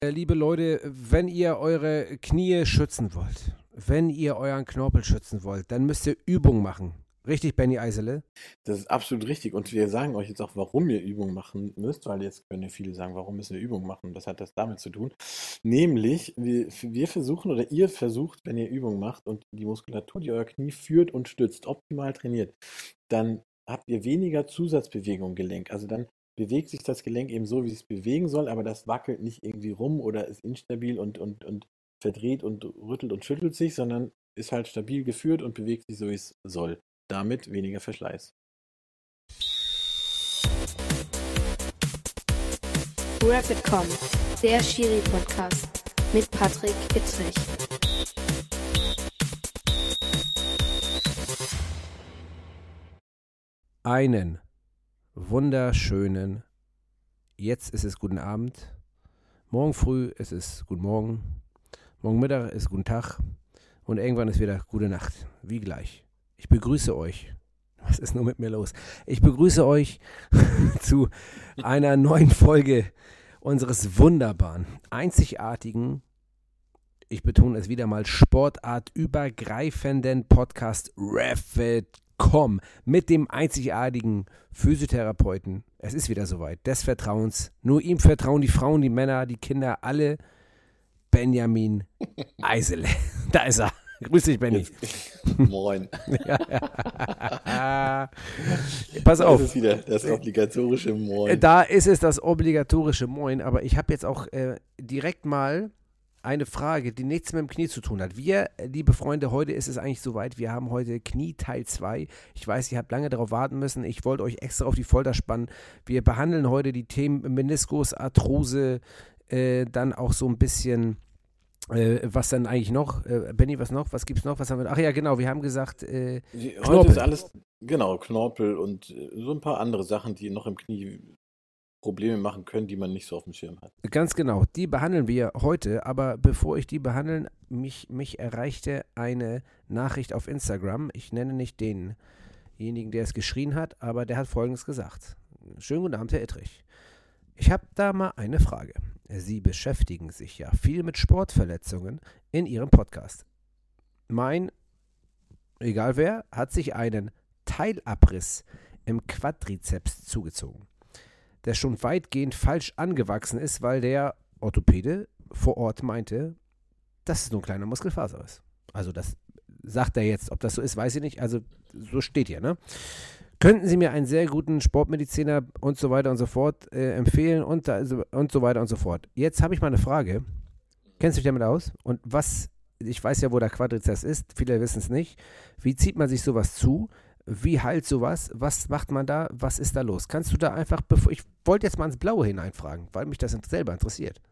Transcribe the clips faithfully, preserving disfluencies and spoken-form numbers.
Liebe Leute, wenn ihr eure Knie schützen wollt, wenn ihr euren Knorpel schützen wollt, dann müsst ihr Übungen machen. Richtig, Benny Eisele? Das ist absolut richtig. Und wir sagen euch jetzt auch, warum ihr Übungen machen müsst, weil jetzt können ja viele sagen, warum müssen wir Übungen machen? Das hat das damit zu tun. Nämlich, wir, wir versuchen oder ihr versucht, wenn ihr Übungen macht und die Muskulatur, die euer Knie führt und stützt, optimal trainiert, dann habt ihr weniger Zusatzbewegung im Gelenk. Also dann bewegt sich das Gelenk eben so, wie es bewegen soll, aber das wackelt nicht irgendwie rum oder ist instabil und, und, und verdreht und rüttelt und schüttelt sich, sondern ist halt stabil geführt und bewegt sich so, wie es soll. Damit weniger Verschleiß. Rapid Com, der Schiri-Podcast mit Patrick Ittrich. Einen wunderschönen, jetzt ist es guten Abend, morgen früh ist es guten Morgen, morgen Mittag ist guten Tag und irgendwann ist wieder gute Nacht, wie gleich. Ich begrüße euch, was ist nur mit mir los? Ich begrüße euch zu einer neuen Folge unseres wunderbaren, einzigartigen, ich betone es wieder mal, sportartübergreifenden Podcast Rapid Com mit dem einzigartigen Physiotherapeuten. Es ist wieder soweit, des Vertrauens. Nur ihm vertrauen die Frauen, die Männer, die Kinder, alle. Benjamin Eisele. Da ist er. Grüß dich, Benny. Moin. Pass auf. Das ist wieder das obligatorische Moin. Da ist es das obligatorische Moin, aber ich habe jetzt auch äh, direkt mal eine Frage, die nichts mit dem Knie zu tun hat. Wir, liebe Freunde, heute ist es eigentlich soweit. Wir haben heute Knie Teil zwei. Ich weiß, ihr habt lange darauf warten müssen. Ich wollte euch extra auf die Folter spannen. Wir behandeln heute die Themen Meniskus, Arthrose, äh, dann auch so ein bisschen... Äh, was dann eigentlich noch? Äh, Benny, was noch? Was gibt's noch? Was haben wir? Ach ja, genau, wir haben gesagt, äh, Heute Knorpel. ist alles, genau, Knorpel und äh, so ein paar andere Sachen, die noch im Knie Probleme machen können, die man nicht so auf dem Schirm hat. Ganz genau, die behandeln wir heute, aber bevor ich die behandeln, mich, mich erreichte eine Nachricht auf Instagram. Ich nenne nicht denjenigen, der es geschrien hat, aber der hat Folgendes gesagt. Schönen guten Abend, Herr Ittrich. Ich habe da mal eine Frage. Sie beschäftigen sich ja viel mit Sportverletzungen in Ihrem Podcast. Mein, egal wer, hat sich einen Teilabriss im Quadrizeps zugezogen, der schon weitgehend falsch angewachsen ist, weil der Orthopäde vor Ort meinte, dass es nur ein kleiner Muskelfaser ist. Also das sagt er jetzt. Ob das so ist, weiß ich nicht. Also so steht hier, ne? Könnten Sie mir einen sehr guten Sportmediziner und so weiter und so fort äh, empfehlen und, also, und so weiter und so fort. Jetzt habe ich mal eine Frage. Kennst du dich damit aus? Und was, ich weiß ja, wo der Quadrizeps ist, viele wissen es nicht. Wie zieht man sich sowas zu? Wie heilt sowas? Was macht man da? Was ist da los? Kannst du da einfach, bevor, ich wollte jetzt mal ins Blaue hineinfragen, weil mich das selber interessiert.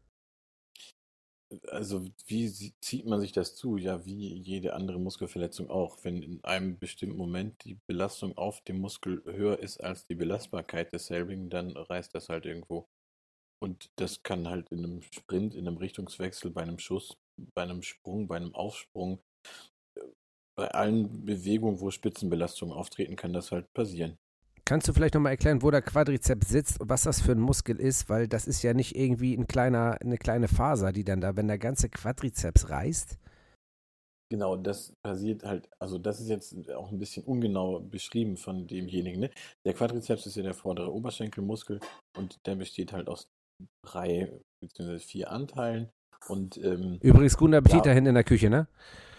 Also wie zieht man sich das zu? Ja, wie jede andere Muskelverletzung auch. Wenn in einem bestimmten Moment die Belastung auf dem Muskel höher ist als die Belastbarkeit desselbigen, dann reißt das halt irgendwo. Und das kann halt in einem Sprint, in einem Richtungswechsel, bei einem Schuss, bei einem Sprung, bei einem Aufsprung, bei allen Bewegungen, wo Spitzenbelastungen auftreten, kann das halt passieren. Kannst du vielleicht nochmal erklären, wo der Quadrizeps sitzt und was das für ein Muskel ist? Weil das ist ja nicht irgendwie ein kleiner, eine kleine Faser, die dann da, wenn der ganze Quadrizeps reißt. Genau, das passiert halt, also das ist jetzt auch ein bisschen ungenau beschrieben von demjenigen. Ne? Der Quadrizeps ist ja der vordere Oberschenkelmuskel und der besteht halt aus drei bzw. vier Anteilen. Und, ähm, Übrigens, guten Appetit ja. da hinten in der Küche, ne?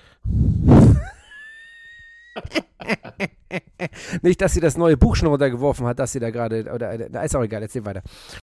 Nicht, dass sie das neue Buch schon runtergeworfen hat, dass sie da gerade, oder, da ist auch egal, erzähl weiter.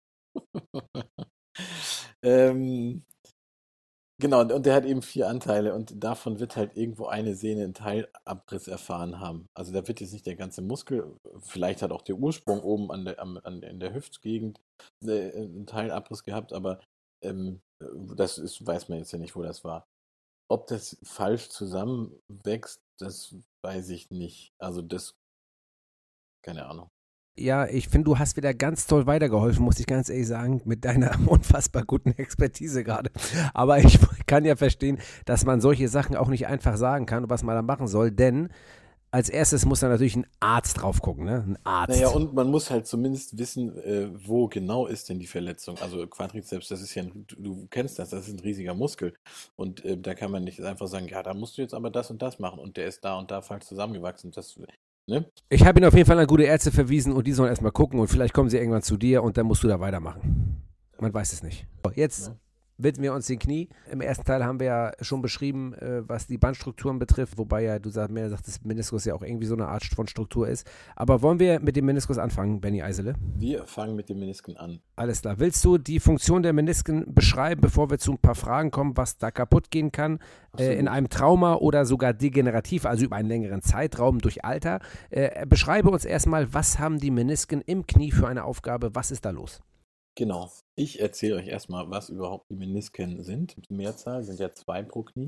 ähm, genau, und der hat eben vier Anteile und davon wird halt irgendwo eine Sehne einen Teilabriss erfahren haben. Also da wird jetzt nicht der ganze Muskel, vielleicht hat auch der Ursprung oben an der, an, an, in der Hüftgegend äh, einen Teilabriss gehabt, aber ähm, das ist, weiß man jetzt ja nicht, wo das war. Ob das falsch zusammenwächst, das weiß ich nicht. Also das, keine Ahnung. Ja, ich finde, du hast wieder ganz toll weitergeholfen, muss ich ganz ehrlich sagen, mit deiner unfassbar guten Expertise gerade. Aber ich kann ja verstehen, dass man solche Sachen auch nicht einfach sagen kann und was man da machen soll, denn als erstes muss da natürlich ein Arzt drauf gucken, ne? Ein Arzt. Naja, und man muss halt zumindest wissen, äh, wo genau ist denn die Verletzung. Also Quadrizeps, das ist ja, ein, du, du kennst das, das ist ein riesiger Muskel. Und äh, da kann man nicht einfach sagen, ja, da musst du jetzt aber das und das machen. Und der ist da und da falsch zusammengewachsen. Das, ne? Ich habe ihn auf jeden Fall an gute Ärzte verwiesen und die sollen erstmal gucken und vielleicht kommen sie irgendwann zu dir und dann musst du da weitermachen. Man weiß es nicht. So, jetzt Ja. widmen wir uns den Knie. Im ersten Teil haben wir ja schon beschrieben, äh, was die Bandstrukturen betrifft, wobei ja, du sagst, mehr sagst, dass Meniskus ja auch irgendwie so eine Art von Struktur ist. Aber wollen wir mit dem Meniskus anfangen, Benny Eisele? Wir fangen mit den Menisken an. Alles klar. Willst du die Funktion der Menisken beschreiben, bevor wir zu ein paar Fragen kommen, was da kaputt gehen kann? Äh, in einem Trauma oder sogar degenerativ, also über einen längeren Zeitraum durch Alter. Äh, beschreibe uns erstmal, was haben die Menisken im Knie für eine Aufgabe? Was ist da los? Genau. Ich erzähle euch erstmal, was überhaupt die Menisken sind. Die Mehrzahl sind ja zwei pro Knie.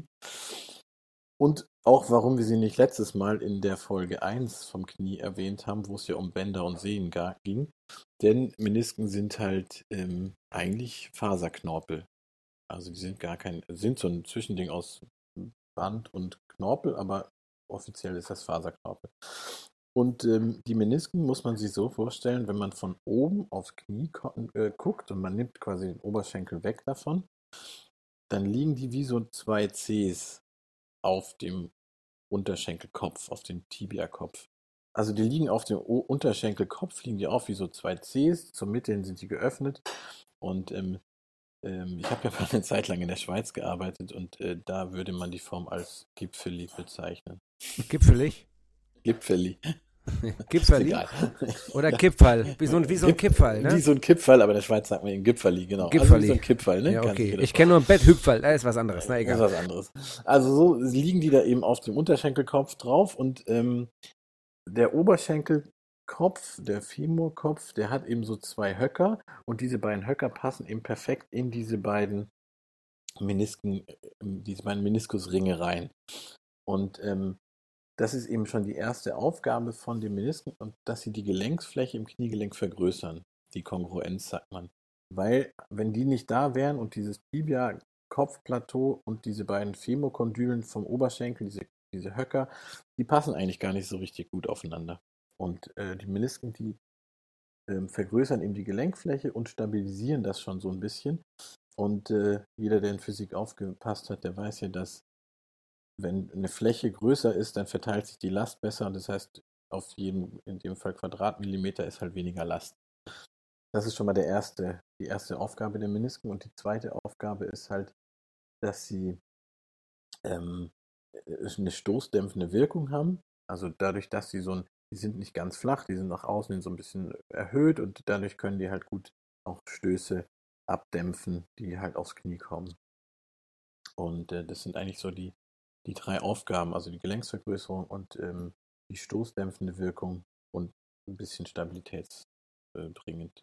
Und auch, warum wir sie nicht letztes Mal in der Folge eins vom Knie erwähnt haben, wo es ja um Bänder und Sehnen ga- ging. Denn Menisken sind halt ähm, eigentlich Faserknorpel. Also die sind gar kein, sind so ein Zwischending aus Band und Knorpel, aber offiziell ist das Faserknorpel. Und ähm, die Menisken muss man sich so vorstellen, wenn man von oben aufs Knie ko- äh, guckt und man nimmt quasi den Oberschenkel weg davon, dann liegen die wie so zwei Cs auf dem Unterschenkelkopf, auf dem Tibiakopf. Also die liegen auf dem o- Unterschenkelkopf, liegen die auf wie so zwei Cs, zur Mitte hin sind die geöffnet. Und ähm, ähm, ich habe ja mal eine Zeit lang in der Schweiz gearbeitet und äh, da würde man die Form als Gipfeli bezeichnen. Gipfelig? Gipfeli. Gipfeli? Egal. Oder Kipferl? Wie so ein, wie so ein Kipferl, ne? Wie so ein Kipferl, aber in der Schweiz sagt man eben Gipferli, genau. Also Gipferli. wie so ein Kipferl, ne? Ja, Kannst du okay. dir das Ich kenne nur ein Betthüpferl, da ist was anderes. Na Das ist egal. was anderes. Also so liegen die da eben auf dem Unterschenkelkopf drauf und ähm, der Oberschenkelkopf, der Femurkopf, der hat eben so zwei Höcker und diese beiden Höcker passen eben perfekt in diese beiden Menisken, äh, diese beiden Meniskusringe rein. Und ähm, das ist eben schon die erste Aufgabe von den Menisken und dass sie die Gelenksfläche im Kniegelenk vergrößern. Die Kongruenz sagt man. Weil, wenn die nicht da wären und dieses Tibia-Kopfplateau und diese beiden Femokondylen vom Oberschenkel, diese, diese Höcker, die passen eigentlich gar nicht so richtig gut aufeinander. Und äh, die Menisken, die ähm, vergrößern eben die Gelenkfläche und stabilisieren das schon so ein bisschen. Und äh, jeder, der in Physik aufgepasst hat, der weiß ja, dass wenn eine Fläche größer ist, dann verteilt sich die Last besser und das heißt, auf jedem, in dem Fall Quadratmillimeter ist halt weniger Last. Das ist schon mal der erste, die erste Aufgabe der Menisken und die zweite Aufgabe ist halt, dass sie ähm, eine stoßdämpfende Wirkung haben. Also dadurch, dass sie so ein, die sind nicht ganz flach, die sind nach außen hin so ein bisschen erhöht und dadurch können die halt gut auch Stöße abdämpfen, die halt aufs Knie kommen. Und äh, das sind eigentlich so die die drei Aufgaben, also die Gelenksvergrößerung und ähm, die stoßdämpfende Wirkung und ein bisschen stabilitätsbringend.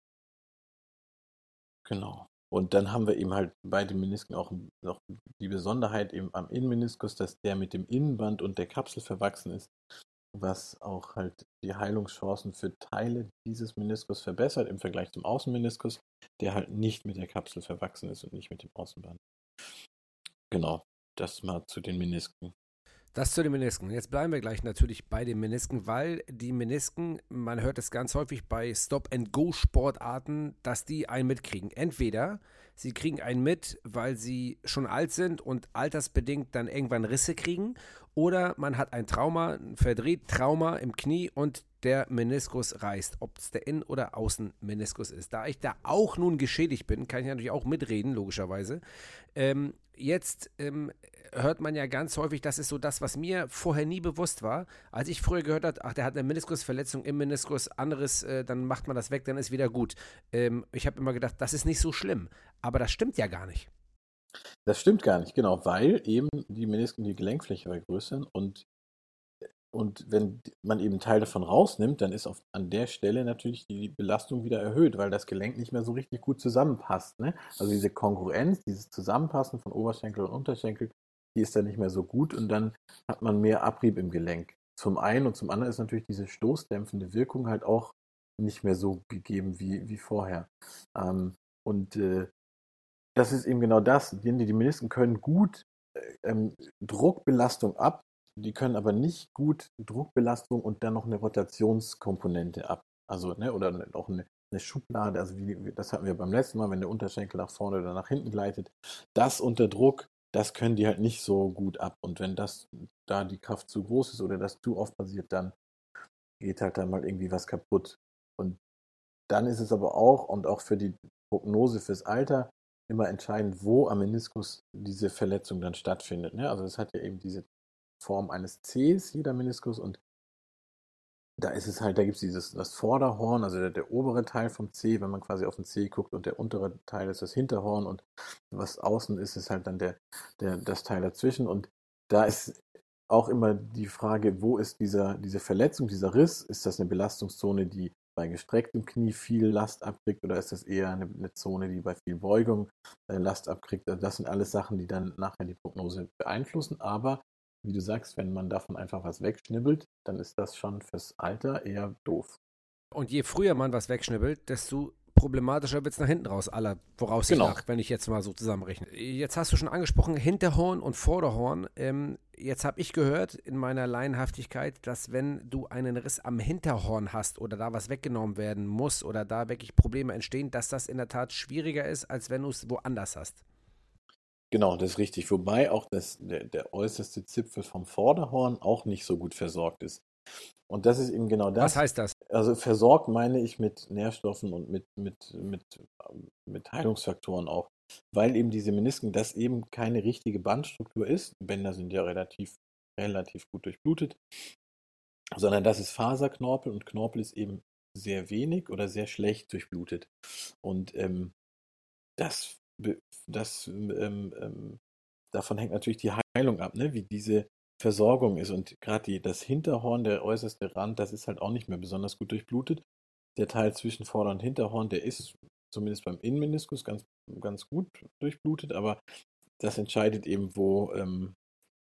Genau. Und dann haben wir eben halt bei den Menisken auch noch die Besonderheit eben am Innenmeniskus, dass der mit dem Innenband und der Kapsel verwachsen ist, was auch halt die Heilungschancen für Teile dieses Meniskus verbessert im Vergleich zum Außenmeniskus, der halt nicht mit der Kapsel verwachsen ist und nicht mit dem Außenband. Genau. Das mal zu den Menisken. Das zu den Menisken. Jetzt bleiben wir gleich natürlich bei den Menisken, weil die Menisken, man hört es ganz häufig bei Stop-and-Go-Sportarten, dass die einen mitkriegen. Entweder sie kriegen einen mit, weil sie schon alt sind und altersbedingt dann irgendwann Risse kriegen, oder man hat ein Trauma, ein Verdreht-Trauma im Knie und der Meniskus reißt, ob es der Innen- oder Außenmeniskus ist. Da ich da auch nun geschädigt bin, kann ich natürlich auch mitreden, logischerweise. Ähm, jetzt ähm, hört man ja ganz häufig, das ist so das, was mir vorher nie bewusst war. Als ich früher gehört habe, ach, der hat eine Meniskusverletzung im Meniskus, anderes, äh, dann macht man das weg, dann ist wieder gut. Ähm, ich habe immer gedacht, das ist nicht so schlimm. Aber das stimmt ja gar nicht. Das stimmt gar nicht, genau, weil eben die Menisken die Gelenkfläche vergrößern und, und wenn man eben Teil davon rausnimmt, dann ist auf, an der Stelle natürlich die Belastung wieder erhöht, weil das Gelenk nicht mehr so richtig gut zusammenpasst. Ne? Also diese Kongruenz, dieses Zusammenpassen von Oberschenkel und Unterschenkel, die ist dann nicht mehr so gut und dann hat man mehr Abrieb im Gelenk. Zum einen und zum anderen ist natürlich diese stoßdämpfende Wirkung halt auch nicht mehr so gegeben wie, wie vorher. Ähm, und äh, das ist eben genau das. Die, die Menisken können gut äh, ähm, Druckbelastung ab, die können aber nicht gut Druckbelastung und dann noch eine Rotationskomponente ab. Also, ne, oder auch eine, eine Schublade, also wie, das hatten wir beim letzten Mal, wenn der Unterschenkel nach vorne oder nach hinten gleitet. Das unter Druck, das können die halt nicht so gut ab. Und wenn das da die Kraft zu groß ist oder das zu oft passiert, dann geht halt dann mal irgendwie was kaputt. Und dann ist es aber auch, und auch für die Prognose fürs Alter, immer entscheidend, wo am Meniskus diese Verletzung dann stattfindet. Ne? Also es hat ja eben diese Form eines Cs, jeder Meniskus, und da ist es halt, da gibt es dieses das Vorderhorn, also der, der obere Teil vom C, wenn man quasi auf den C guckt, und der untere Teil ist das Hinterhorn, und was außen ist, ist halt dann der, der, das Teil dazwischen. Und da ist auch immer die Frage, wo ist dieser, diese Verletzung, dieser Riss? Ist das eine Belastungszone, die bei gestrecktem Knie viel Last abkriegt, oder ist das eher eine, eine Zone, die bei viel Beugung äh, Last abkriegt? Also das sind alles Sachen, die dann nachher die Prognose beeinflussen. Aber wie du sagst, wenn man davon einfach was wegschnibbelt, dann ist das schon fürs Alter eher doof. Und je früher man was wegschnibbelt, desto problematischer wird es nach hinten raus, aller Voraussicht Genau. nach, wenn ich jetzt mal so zusammenrechne. Jetzt hast du schon angesprochen, Hinterhorn und Vorderhorn. Ähm, jetzt habe ich gehört in meiner Laienhaftigkeit, dass wenn du einen Riss am Hinterhorn hast oder da was weggenommen werden muss oder da wirklich Probleme entstehen, dass das in der Tat schwieriger ist, als wenn du es woanders hast. Genau, das ist richtig. Wobei auch das, der, der äußerste Zipfel vom Vorderhorn auch nicht so gut versorgt ist. Und das ist eben genau das. Was heißt das? Also versorgt meine ich mit Nährstoffen und mit, mit, mit, mit Heilungsfaktoren auch. Weil eben diese Menisken, das eben keine richtige Bandstruktur ist. Bänder sind ja relativ, relativ gut durchblutet. Sondern das ist Faserknorpel, und Knorpel ist eben sehr wenig oder sehr schlecht durchblutet. Und ähm, das, das ähm, ähm, davon hängt natürlich die Heilung ab, ne? Wie diese Versorgung ist. Und gerade das Hinterhorn, der äußerste Rand, das ist halt auch nicht mehr besonders gut durchblutet. Der Teil zwischen Vorder- und Hinterhorn, der ist zumindest beim Innenmeniskus ganz, ganz gut durchblutet, aber das entscheidet eben, wo, ähm,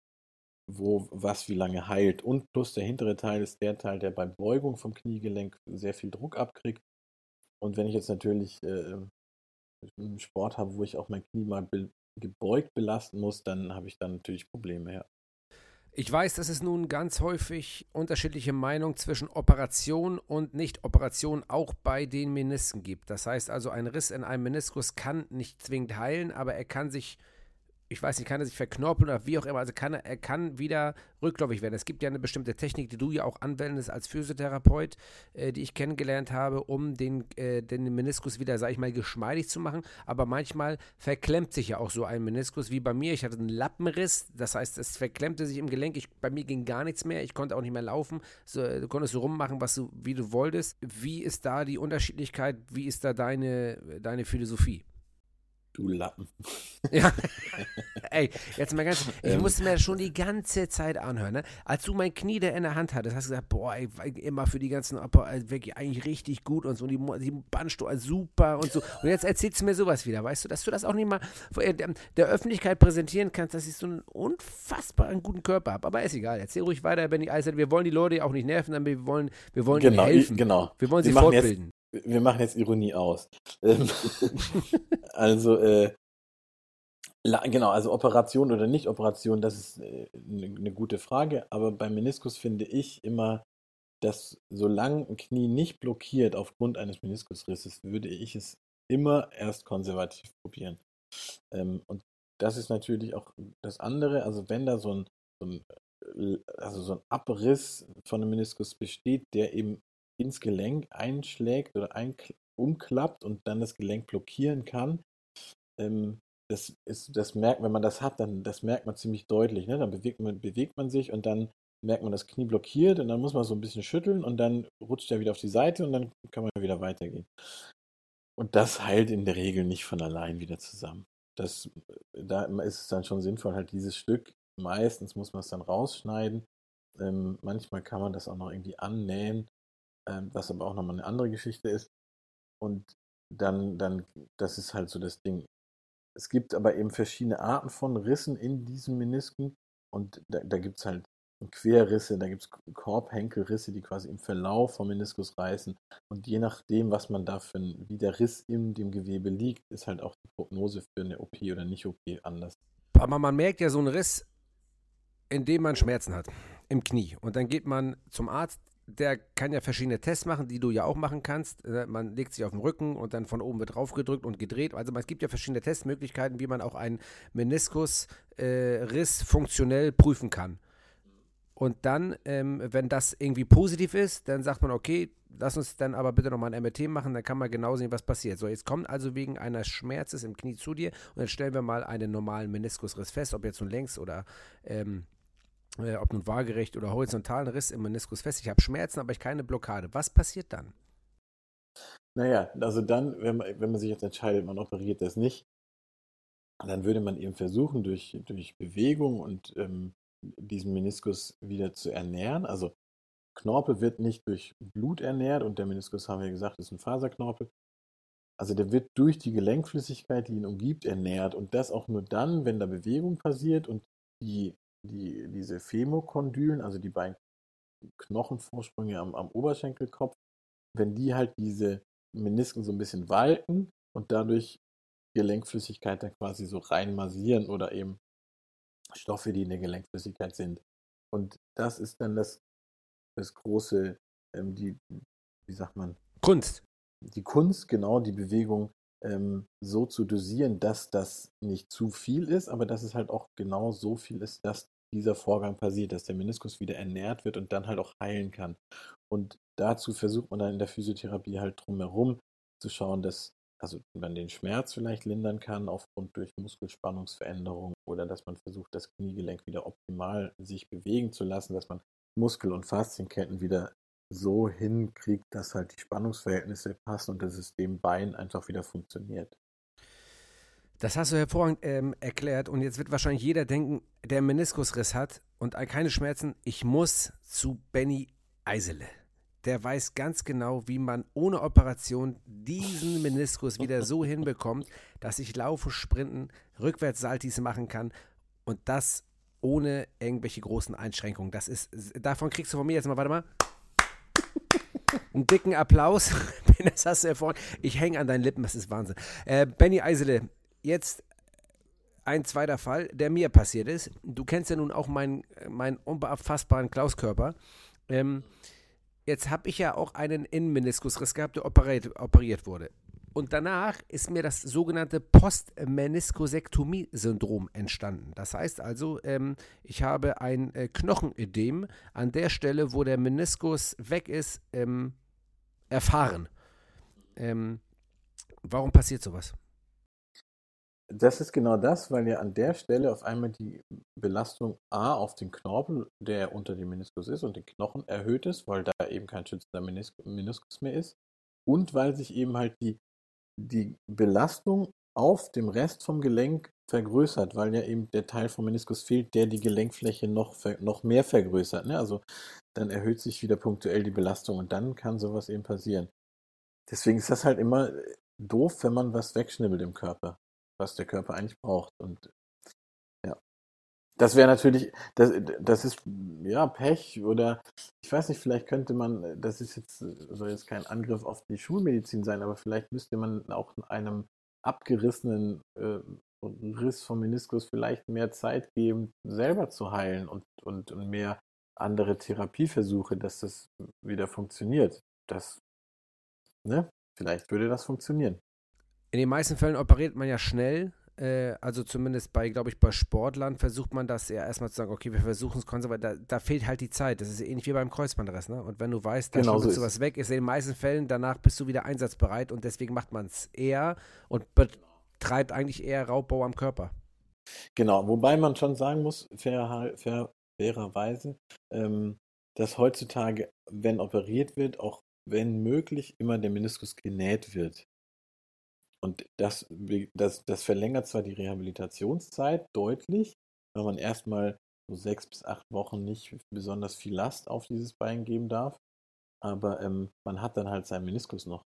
wo was wie lange heilt. Und plus der hintere Teil ist der Teil, der bei Beugung vom Kniegelenk sehr viel Druck abkriegt. Und wenn ich jetzt natürlich äh, einen Sport habe, wo ich auch mein Knie mal be gebeugt belasten muss, dann habe ich dann natürlich Probleme, ja. Ich weiß, dass es nun ganz häufig unterschiedliche Meinungen zwischen Operation und Nicht-Operation auch bei den Menisken gibt. Das heißt also, ein Riss in einem Meniskus kann nicht zwingend heilen, aber er kann sich, ich weiß nicht, kann er sich verknorpeln oder wie auch immer, also kann er, er kann wieder rückläufig werden. Es gibt ja eine bestimmte Technik, die du ja auch anwendest als Physiotherapeut, äh, die ich kennengelernt habe, um den, äh, den Meniskus wieder, sag ich mal, geschmeidig zu machen. Aber manchmal verklemmt sich ja auch so ein Meniskus, wie bei mir. Ich hatte einen Lappenriss, das heißt, es verklemmte sich im Gelenk. Ich, bei mir ging gar nichts mehr. Ich konnte auch nicht mehr laufen. So, du konntest so rummachen, was du, wie du wolltest. Wie ist da die Unterschiedlichkeit? Wie ist da deine, deine Philosophie? Du Lappen. Ja, ey, jetzt mal ganz, ich Ähm. musste mir das schon die ganze Zeit anhören, ne? Als du mein Knie da in der Hand hattest, hast du gesagt, boah, ey, immer für die ganzen Opfer, also wirklich eigentlich richtig gut und so, und die, die Bandstuhl, super und so. Und jetzt erzählst du mir sowas wieder, weißt du, dass du das auch nicht mal vor der, der Öffentlichkeit präsentieren kannst, dass ich so einen unfassbaren guten Körper habe. Aber ist egal, erzähl ruhig weiter, Benny Eisert. Wir wollen die Leute auch nicht nerven, aber wir wollen, wir wollen Genau, ihnen helfen. genau. Wir wollen sie Wir machen jetzt- fortbilden. Wir machen jetzt Ironie aus. Ähm, also, äh, la- genau, also Operation oder Nicht-Operation, das ist äh, eine ne gute Frage. Aber beim Meniskus finde ich immer, dass solange ein Knie nicht blockiert aufgrund eines Meniskusrisses, würde ich es immer erst konservativ probieren. Ähm, und das ist natürlich auch das andere. Also wenn da so ein, so ein, äh, also so ein Abriss von einem Meniskus besteht, der eben ins Gelenk einschlägt oder einkl- umklappt und dann das Gelenk blockieren kann, ähm, das ist, das merkt, wenn man das hat, dann das merkt man ziemlich deutlich. Ne? Dann bewegt man, bewegt man sich, und dann merkt man, das Knie blockiert, und dann muss man so ein bisschen schütteln, und dann rutscht er wieder auf die Seite, und dann kann man wieder weitergehen. Und das heilt in der Regel nicht von allein wieder zusammen. Das, da ist es dann schon sinnvoll, halt dieses Stück, meistens muss man es dann rausschneiden. Ähm, manchmal kann man das auch noch irgendwie annähen, ähm, was aber auch nochmal eine andere Geschichte ist. Und dann, dann, das ist halt so das Ding. Es gibt aber eben verschiedene Arten von Rissen in diesen Menisken, und da, da gibt es halt Querrisse, da gibt es Korbhenkelrisse, die quasi im Verlauf vom Meniskus reißen, und je nachdem, was man da für ein, wie der Riss in dem Gewebe liegt, ist halt auch die Prognose für eine O P oder nicht-O P anders. Aber man merkt ja so einen Riss indem man Schmerzen hat im Knie. Und dann geht man zum Arzt, der kann ja verschiedene Tests machen, die du ja auch machen kannst. Man legt sich auf den Rücken und dann von oben wird draufgedrückt und gedreht. Also es gibt ja verschiedene Testmöglichkeiten, wie man auch einen Meniskusriss äh, funktionell prüfen kann. Und dann, ähm, wenn das irgendwie positiv ist, dann sagt man, okay, lass uns dann aber bitte nochmal ein M R T machen, dann kann man genau sehen, was passiert. So, jetzt kommt also wegen eines Schmerzes im Knie zu dir und dann stellen wir mal einen normalen Meniskusriss fest, ob jetzt nun längs oder ähm, äh, ob nun waagerecht oder horizontalen Riss im Meniskus fest. Ich habe Schmerzen, aber ich keine Blockade. Was passiert dann? Naja, also dann, wenn man, wenn man sich jetzt entscheidet, man operiert das nicht, dann würde man eben versuchen, durch, durch Bewegung und ähm, diesen Meniskus wieder zu ernähren. Also Knorpel wird nicht durch Blut ernährt und der Meniskus, haben wir gesagt, ist ein Faserknorpel. Also der wird durch die Gelenkflüssigkeit, die ihn umgibt, ernährt und das auch nur dann, wenn da Bewegung passiert und die, die, diese Femokondylen, also die beiden Knochenvorsprünge am, am Oberschenkelkopf, wenn die halt diese Menisken so ein bisschen walten und dadurch Gelenkflüssigkeit da quasi so rein massieren oder eben Stoffe, die in der Gelenkflüssigkeit sind. Und das ist dann das, das große, ähm, die, wie sagt man? Kunst. Die Kunst, genau, die Bewegung ähm, so zu dosieren, dass das nicht zu viel ist, aber dass es halt auch genau so viel ist, dass dieser Vorgang passiert, dass der Meniskus wieder ernährt wird und dann halt auch heilen kann. Und dazu versucht man dann in der Physiotherapie halt drumherum zu schauen, dass also man den Schmerz vielleicht lindern kann aufgrund durch Muskelspannungsveränderung oder dass man versucht, das Kniegelenk wieder optimal sich bewegen zu lassen, dass man Muskel- und Faszienketten wieder so hinkriegt, dass halt die Spannungsverhältnisse passen und das System Bein einfach wieder funktioniert. Das hast du hervorragend ähm, erklärt und jetzt wird wahrscheinlich jeder denken, der einen Meniskusriss hat und keine Schmerzen, ich muss zu Benny Eisele. Der weiß ganz genau, wie man ohne Operation diesen Meniskus wieder so hinbekommt, dass ich laufe, sprinten, rückwärts Saltis machen kann und das ohne irgendwelche großen Einschränkungen. Das ist, davon kriegst du von mir jetzt mal, warte mal, einen dicken Applaus. Das hast du hervorragend. Ich hänge an deinen Lippen, das ist Wahnsinn. Äh, Benny Eisele, jetzt ein zweiter Fall, der mir passiert ist. Du kennst ja nun auch meinen, meinen unbefassbaren Klauskörper. Ähm, Jetzt habe ich ja auch einen Innenmeniskusriss gehabt, der operiert, operiert wurde. Und danach ist mir das sogenannte Postmeniskosektomie-Syndrom entstanden. Das heißt also, ähm, ich habe ein äh, Knochenödem an der Stelle, wo der Meniskus weg ist, ähm, erfahren. Ähm, warum passiert sowas? Das ist genau das, weil ja an der Stelle auf einmal die Belastung A auf den Knorpel, der unter dem Meniskus ist, und den Knochen erhöht ist, weil da eben kein schützender Menis- Meniskus mehr ist. Und weil sich eben halt die, die Belastung auf dem Rest vom Gelenk vergrößert, weil ja eben der Teil vom Meniskus fehlt, der die Gelenkfläche noch, noch mehr vergrößert. Ne? Also dann erhöht sich wieder punktuell die Belastung und dann kann sowas eben passieren. Deswegen ist das halt immer doof, wenn man was wegschnibbelt im Körper, was der Körper eigentlich braucht. Und ja, das wäre natürlich, das, das ist ja Pech oder ich weiß nicht, vielleicht könnte man, das ist jetzt, soll jetzt kein Angriff auf die Schulmedizin sein, aber vielleicht müsste man auch einem abgerissenen äh, Riss vom Meniskus vielleicht mehr Zeit geben, selber zu heilen und, und, und mehr andere Therapieversuche, dass das wieder funktioniert. Das, ne? Vielleicht würde das funktionieren. In den meisten Fällen operiert man ja schnell, äh, also zumindest bei, glaube ich, bei Sportlern versucht man das ja erstmal zu sagen, okay, wir versuchen es konservativ, da, da fehlt halt die Zeit. Das ist ähnlich wie beim Kreuzbandriss, ne? Und wenn du weißt, da Genau so schnibbelst ist du was weg, ist in den meisten Fällen, danach bist du wieder einsatzbereit und deswegen macht man es eher und betreibt eigentlich eher Raubbau am Körper. Genau, wobei man schon sagen muss, fair, fair, fairerweise, ähm, dass heutzutage, wenn operiert wird, auch wenn möglich, immer der Meniskus genäht wird. Und das, das, das verlängert zwar die Rehabilitationszeit deutlich, weil man erstmal so sechs bis acht Wochen nicht besonders viel Last auf dieses Bein geben darf, aber ähm, man hat dann halt seinen Meniskus noch.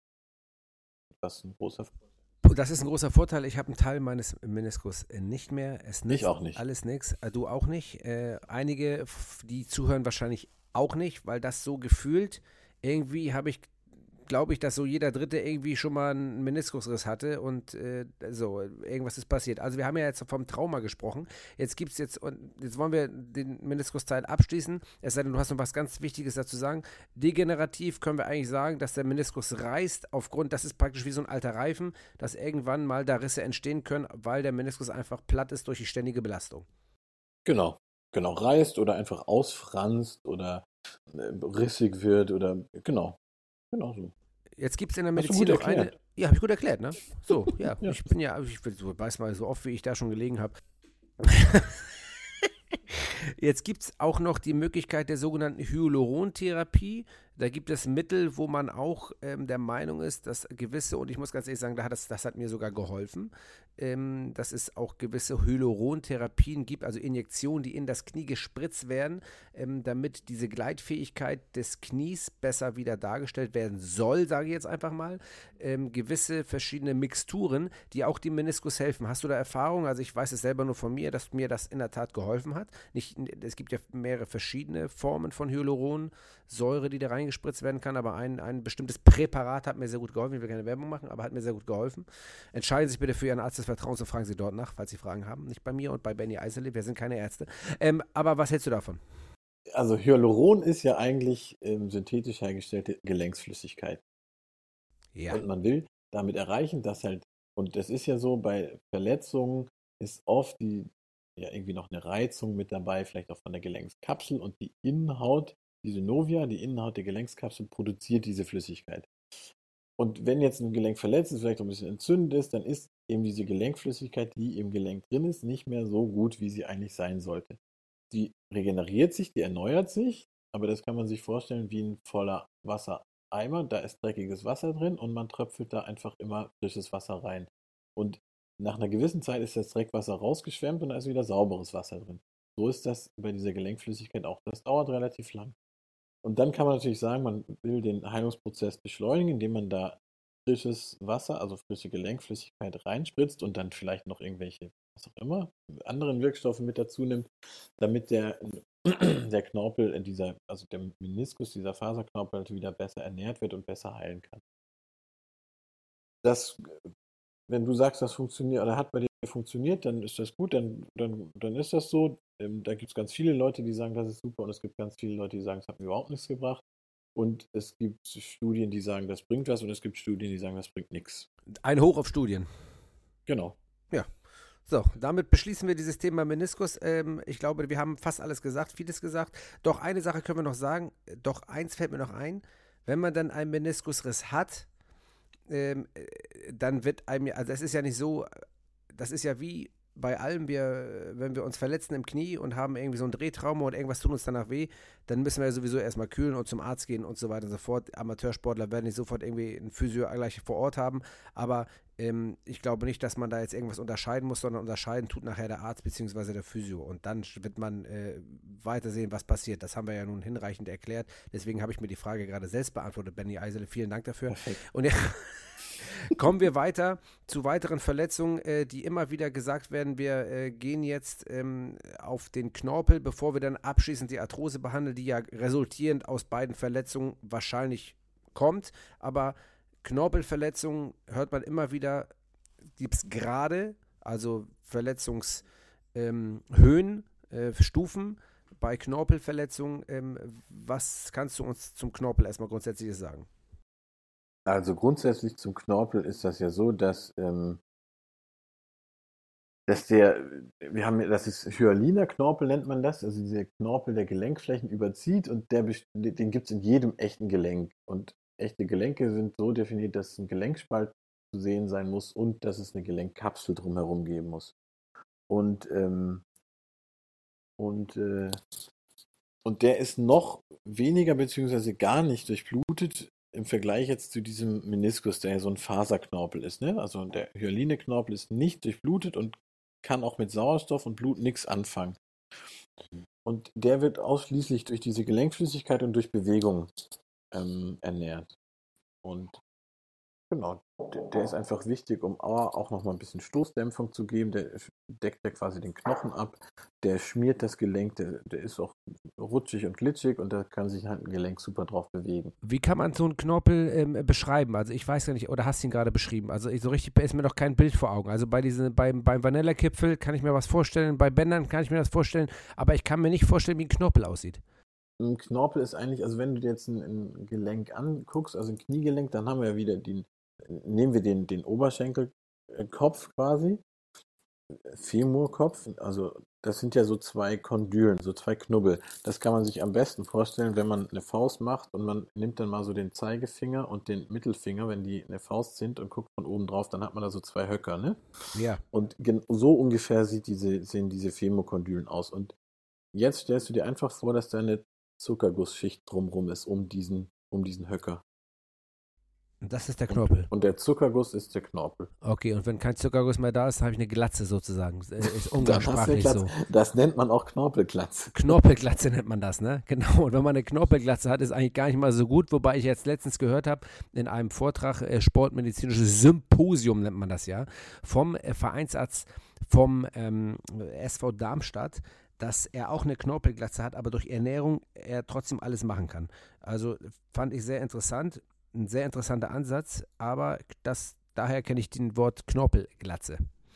Das ist ein großer Vorteil. Das ist ein großer Vorteil. Ich habe einen Teil meines Meniskus nicht mehr. Es nützt Ich auch nicht. alles nichts. Du auch nicht. Äh, einige, die zuhören, wahrscheinlich auch nicht, weil das so gefühlt, irgendwie habe ich glaube ich, dass so jeder Dritte irgendwie schon mal einen Meniskusriss hatte und äh, so, irgendwas ist passiert. Also wir haben ja jetzt vom Trauma gesprochen. Jetzt gibt es jetzt, und jetzt wollen wir den Meniskusteil abschließen. Es sei denn, du hast noch was ganz Wichtiges dazu sagen. Degenerativ können wir eigentlich sagen, dass der Meniskus reißt, aufgrund, das ist praktisch wie so ein alter Reifen, dass irgendwann mal da Risse entstehen können, weil der Meniskus einfach platt ist durch die ständige Belastung. Genau, genau, reißt oder einfach ausfranst oder äh, rissig wird oder genau, genau so. Jetzt gibt es in der Hast du Medizin gut noch eine. erklärt. Ja, habe ich gut erklärt, ne? So, ja. Ja. Ich bin ja, ich du weißt mal, so oft wie ich da schon gelegen habe. Jetzt gibt es auch noch die Möglichkeit der sogenannten Hyalurontherapie. Da gibt es Mittel, wo man auch ähm, der Meinung ist, dass gewisse, und ich muss ganz ehrlich sagen, da hat das, das hat mir sogar geholfen, ähm, dass es auch gewisse Hyalurotherapien gibt, also Injektionen, die in das Knie gespritzt werden, ähm, damit diese Gleitfähigkeit des Knies besser wieder dargestellt werden soll, sage ich jetzt einfach mal. Ähm, gewisse verschiedene Mixturen, die auch dem Meniskus helfen. Hast du da Erfahrung? Also ich weiß es selber nur von mir, dass mir das in der Tat geholfen hat. Nicht, es gibt ja mehrere verschiedene Formen von Hyaluronsäure, die da reingespritzt werden kann, aber ein, ein bestimmtes Präparat hat mir sehr gut geholfen. Ich will keine Werbung machen, aber hat mir sehr gut geholfen. Entscheiden Sie sich bitte für Ihren Arzt des Vertrauens und fragen Sie dort nach, falls Sie Fragen haben. Nicht bei mir und bei Benny Eisele, wir sind keine Ärzte. Ähm, aber was hältst du davon? Also Hyaluron ist ja eigentlich ähm, synthetisch hergestellte Gelenksflüssigkeit. Ja. Und man will damit erreichen, dass halt, und das ist ja so, bei Verletzungen ist oft die, ja irgendwie noch eine Reizung mit dabei, vielleicht auch von der Gelenkskapsel und die Innenhaut, die Synovia, die Innenhaut der Gelenkskapsel produziert diese Flüssigkeit. Und wenn jetzt ein Gelenk verletzt ist, vielleicht auch ein bisschen entzündet ist, dann ist eben diese Gelenkflüssigkeit, die im Gelenk drin ist, nicht mehr so gut, wie sie eigentlich sein sollte. Die regeneriert sich, die erneuert sich, aber das kann man sich vorstellen wie ein voller Wassereimer. Da ist dreckiges Wasser drin und man tröpfelt da einfach immer frisches Wasser rein. Und nach einer gewissen Zeit ist das Dreckwasser rausgeschwemmt und da ist wieder sauberes Wasser drin. So ist das bei dieser Gelenkflüssigkeit auch. Das dauert relativ lang. Und dann kann man natürlich sagen, man will den Heilungsprozess beschleunigen, indem man da frisches Wasser, also frische Gelenkflüssigkeit reinspritzt und dann vielleicht noch irgendwelche, was auch immer, anderen Wirkstoffe mit dazu nimmt, damit der, der Knorpel, dieser, also der Meniskus, dieser Faserknorpel wieder besser ernährt wird und besser heilen kann. Das, wenn du sagst, das funktioniert oder hat bei dir funktioniert, dann ist das gut, dann, dann, dann ist das so. Ähm, da gibt es ganz viele Leute, die sagen, das ist super und es gibt ganz viele Leute, die sagen, es hat mir überhaupt nichts gebracht. Und es gibt Studien, die sagen, das bringt was und es gibt Studien, die sagen, das bringt nichts. Ein Hoch auf Studien. Genau. Ja. So, damit beschließen wir dieses Thema Meniskus. Ähm, ich glaube, wir haben fast alles gesagt, vieles gesagt. Doch eine Sache können wir noch sagen. Doch eins fällt mir noch ein. Wenn man dann einen Meniskusriss hat, ähm, dann wird einem ja, also das ist ja nicht so, das ist ja wie bei allem, wir, wenn wir uns verletzen im Knie und haben irgendwie so ein Drehtrauma und irgendwas tut uns danach weh, dann müssen wir ja sowieso erstmal kühlen und zum Arzt gehen und so weiter und so fort. Amateursportler werden nicht sofort irgendwie einen Physio gleich vor Ort haben, aber ähm, ich glaube nicht, dass man da jetzt irgendwas unterscheiden muss, sondern unterscheiden tut nachher der Arzt bzw. der Physio und dann wird man äh, weiter sehen, was passiert. Das haben wir ja nun hinreichend erklärt, deswegen habe ich mir die Frage gerade selbst beantwortet, Benny Eisele, vielen Dank dafür. Perfekt. Und ja, kommen wir weiter zu weiteren Verletzungen, äh, die immer wieder gesagt werden. Wir äh, gehen jetzt ähm, auf den Knorpel, bevor wir dann abschließend die Arthrose behandeln, die ja resultierend aus beiden Verletzungen wahrscheinlich kommt. Aber Knorpelverletzungen hört man immer wieder, gibt es gerade, also Verletzungshöhen, ähm, äh, Stufen bei Knorpelverletzungen. Ähm, was kannst du uns zum Knorpel erstmal grundsätzlich sagen? Also grundsätzlich zum Knorpel ist das ja so, dass, ähm, dass der, wir haben, das ist hyaliner Knorpel, nennt man das, also dieser Knorpel der Gelenkflächen überzieht und der, den gibt es in jedem echten Gelenk. Und echte Gelenke sind so definiert, dass ein Gelenkspalt zu sehen sein muss und dass es eine Gelenkkapsel drumherum geben muss. Und, ähm, und, äh, und der ist noch weniger beziehungsweise gar nicht durchblutet im Vergleich jetzt zu diesem Meniskus, der ja so ein Faserknorpel ist. Ne? Also der hyaline Knorpel ist nicht durchblutet und kann auch mit Sauerstoff und Blut nichts anfangen. Und der wird ausschließlich durch diese Gelenkflüssigkeit und durch Bewegung ähm, ernährt. Und genau, der, der ist einfach wichtig, um auch nochmal ein bisschen Stoßdämpfung zu geben. Der deckt ja quasi den Knochen ab. Der schmiert das Gelenk. Der, der ist auch rutschig und glitschig und da kann sich halt ein Gelenk super drauf bewegen. Wie kann man so einen Knorpel ähm, beschreiben? Also ich weiß ja nicht, oder hast du ihn gerade beschrieben? Also ich, so richtig ist mir noch kein Bild vor Augen. Also bei diesen, beim, beim Vanillekipfel kann ich mir was vorstellen, bei Bändern kann ich mir das vorstellen, aber ich kann mir nicht vorstellen, wie ein Knorpel aussieht. Ein Knorpel ist eigentlich, also wenn du dir jetzt ein, ein Gelenk anguckst, also ein Kniegelenk, dann haben wir ja wieder den, nehmen wir den, den Oberschenkelkopf quasi, Femurkopf, also das sind ja so zwei Kondylen, so zwei Knubbel. Das kann man sich am besten vorstellen, wenn man eine Faust macht und man nimmt dann mal so den Zeigefinger und den Mittelfinger, wenn die eine Faust sind und guckt von oben drauf, dann hat man da so zwei Höcker, ne? Ja. Und gen- so ungefähr sieht diese, sehen diese Femurkondylen aus. Und jetzt stellst du dir einfach vor, dass da eine Zuckergussschicht drumrum ist, um diesen, um diesen Höcker. Und das ist der Knorpel. Und der Zuckerguss ist der Knorpel. Okay, und wenn kein Zuckerguss mehr da ist, habe ich eine Glatze sozusagen. Ist Dann hast du eine umgangssprachlich Glatze. so. Das nennt man auch Knorpelglatze. Knorpelglatze nennt man das, ne? Genau. Und wenn man eine Knorpelglatze hat, ist eigentlich gar nicht mal so gut. Wobei ich jetzt letztens gehört habe, in einem Vortrag, äh, Sportmedizinisches Symposium nennt man das ja, vom äh, Vereinsarzt vom ähm, S V Darmstadt, dass er auch eine Knorpelglatze hat, aber durch Ernährung er trotzdem alles machen kann. Also fand ich sehr interessant. Ein sehr interessanter Ansatz, aber das, daher kenne ich den Wort Knorpelglatze.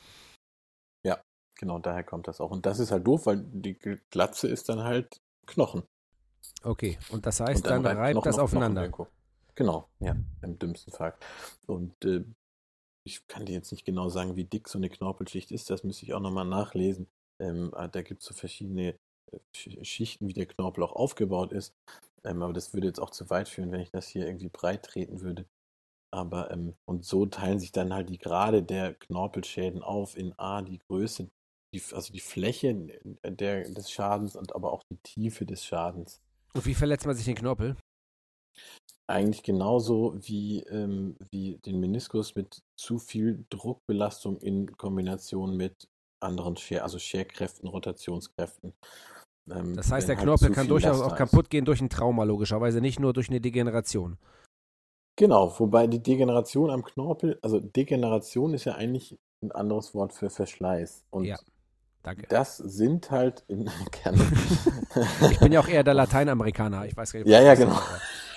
Ja, genau, daher kommt das auch. Und das ist halt doof, weil die Glatze ist dann halt Knochen. Okay, und das heißt, Und dann dann reibt reibt Knochen das auf Knochen aufeinander. irgendwo. Genau, ja, im dümmsten Fall. Und äh, ich kann dir jetzt nicht genau sagen, wie dick so eine Knorpelschicht ist, das müsste ich auch nochmal nachlesen. Ähm, da gibt es so verschiedene äh, Sch- Schichten, wie der Knorpel auch aufgebaut ist. Ähm, aber das würde jetzt auch zu weit führen, wenn ich das hier irgendwie breit treten würde. Aber, ähm, und so teilen sich dann halt die Grade der Knorpelschäden auf in A, die Größe, die, also die Fläche der, des Schadens und aber auch die Tiefe des Schadens. Und wie verletzt man sich den Knorpel? Eigentlich genauso wie, ähm, wie den Meniskus mit zu viel Druckbelastung in Kombination mit anderen Scher, also Scherkräften, Rotationskräften. Ähm, Das heißt, der wenn halt Knorpel zu kann viel durchaus Last auch da ist. kaputt gehen durch ein Trauma, logischerweise, nicht nur durch eine Degeneration. Genau, wobei die Degeneration am Knorpel, also Degeneration ist ja eigentlich ein anderes Wort für Verschleiß. Und Ja, danke. das sind halt in gerne. Ich bin ja auch eher der Lateinamerikaner, ich weiß gar nicht, Ja, was ja, das genau.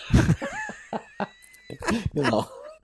ist. Genau.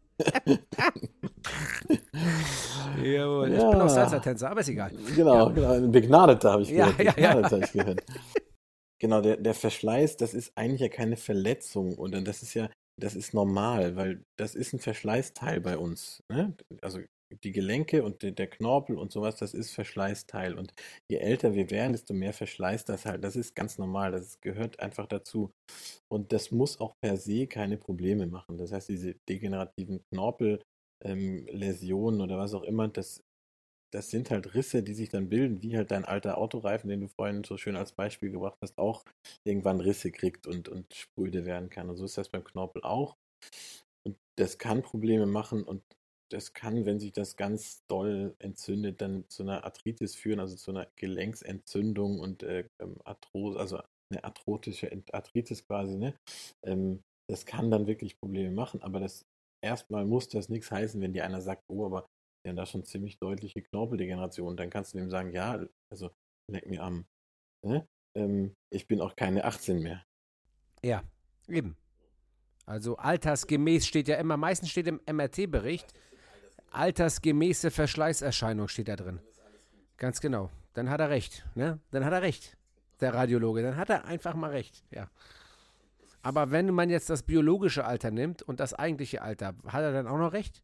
Jawohl, ich Ja. bin auch Salsa-Tänzer, aber ist egal. Genau, Ja. genau. Ein Begnadeter habe ich Ja, gehört. ja, ja. Begnadeter habe ich gehört. Genau, der, der Verschleiß, das ist eigentlich ja keine Verletzung oder das ist ja, das ist normal, weil das ist ein Verschleißteil bei uns. Ne? Also die Gelenke und der, der Knorpel und sowas, das ist Verschleißteil. Und je älter wir werden, desto mehr verschleißt das halt. Das ist ganz normal, das gehört einfach dazu. Und das muss auch per se keine Probleme machen. Das heißt, diese degenerativen Knorpelläsionen oder was auch immer, das das sind halt Risse, die sich dann bilden, wie halt dein alter Autoreifen, den du vorhin so schön als Beispiel gebracht hast, auch irgendwann Risse kriegt und, und spröde werden kann. Und so ist das beim Knorpel auch. Und das kann Probleme machen und das kann, wenn sich das ganz doll entzündet, dann zu einer Arthritis führen, also zu einer Gelenksentzündung und äh, Arthrose, also eine arthrotische Arthritis quasi, ne? Ähm, das kann dann wirklich Probleme machen, aber das erstmal muss das nichts heißen, wenn dir einer sagt, oh, aber die haben da schon ziemlich deutliche Knorpeldegeneration. Dann kannst du dem sagen, ja, also leck mir am, ne? Ähm, ich bin auch keine achtzehn mehr. Ja, eben. Also altersgemäß steht ja immer, meistens steht im M R T-Bericht, altersgemäße Verschleißerscheinung steht da drin. Ganz genau. Dann hat er recht, ne? Dann hat er recht, der Radiologe. Dann hat er einfach mal recht, ja. Aber wenn man jetzt das biologische Alter nimmt und das eigentliche Alter, hat er dann auch noch recht?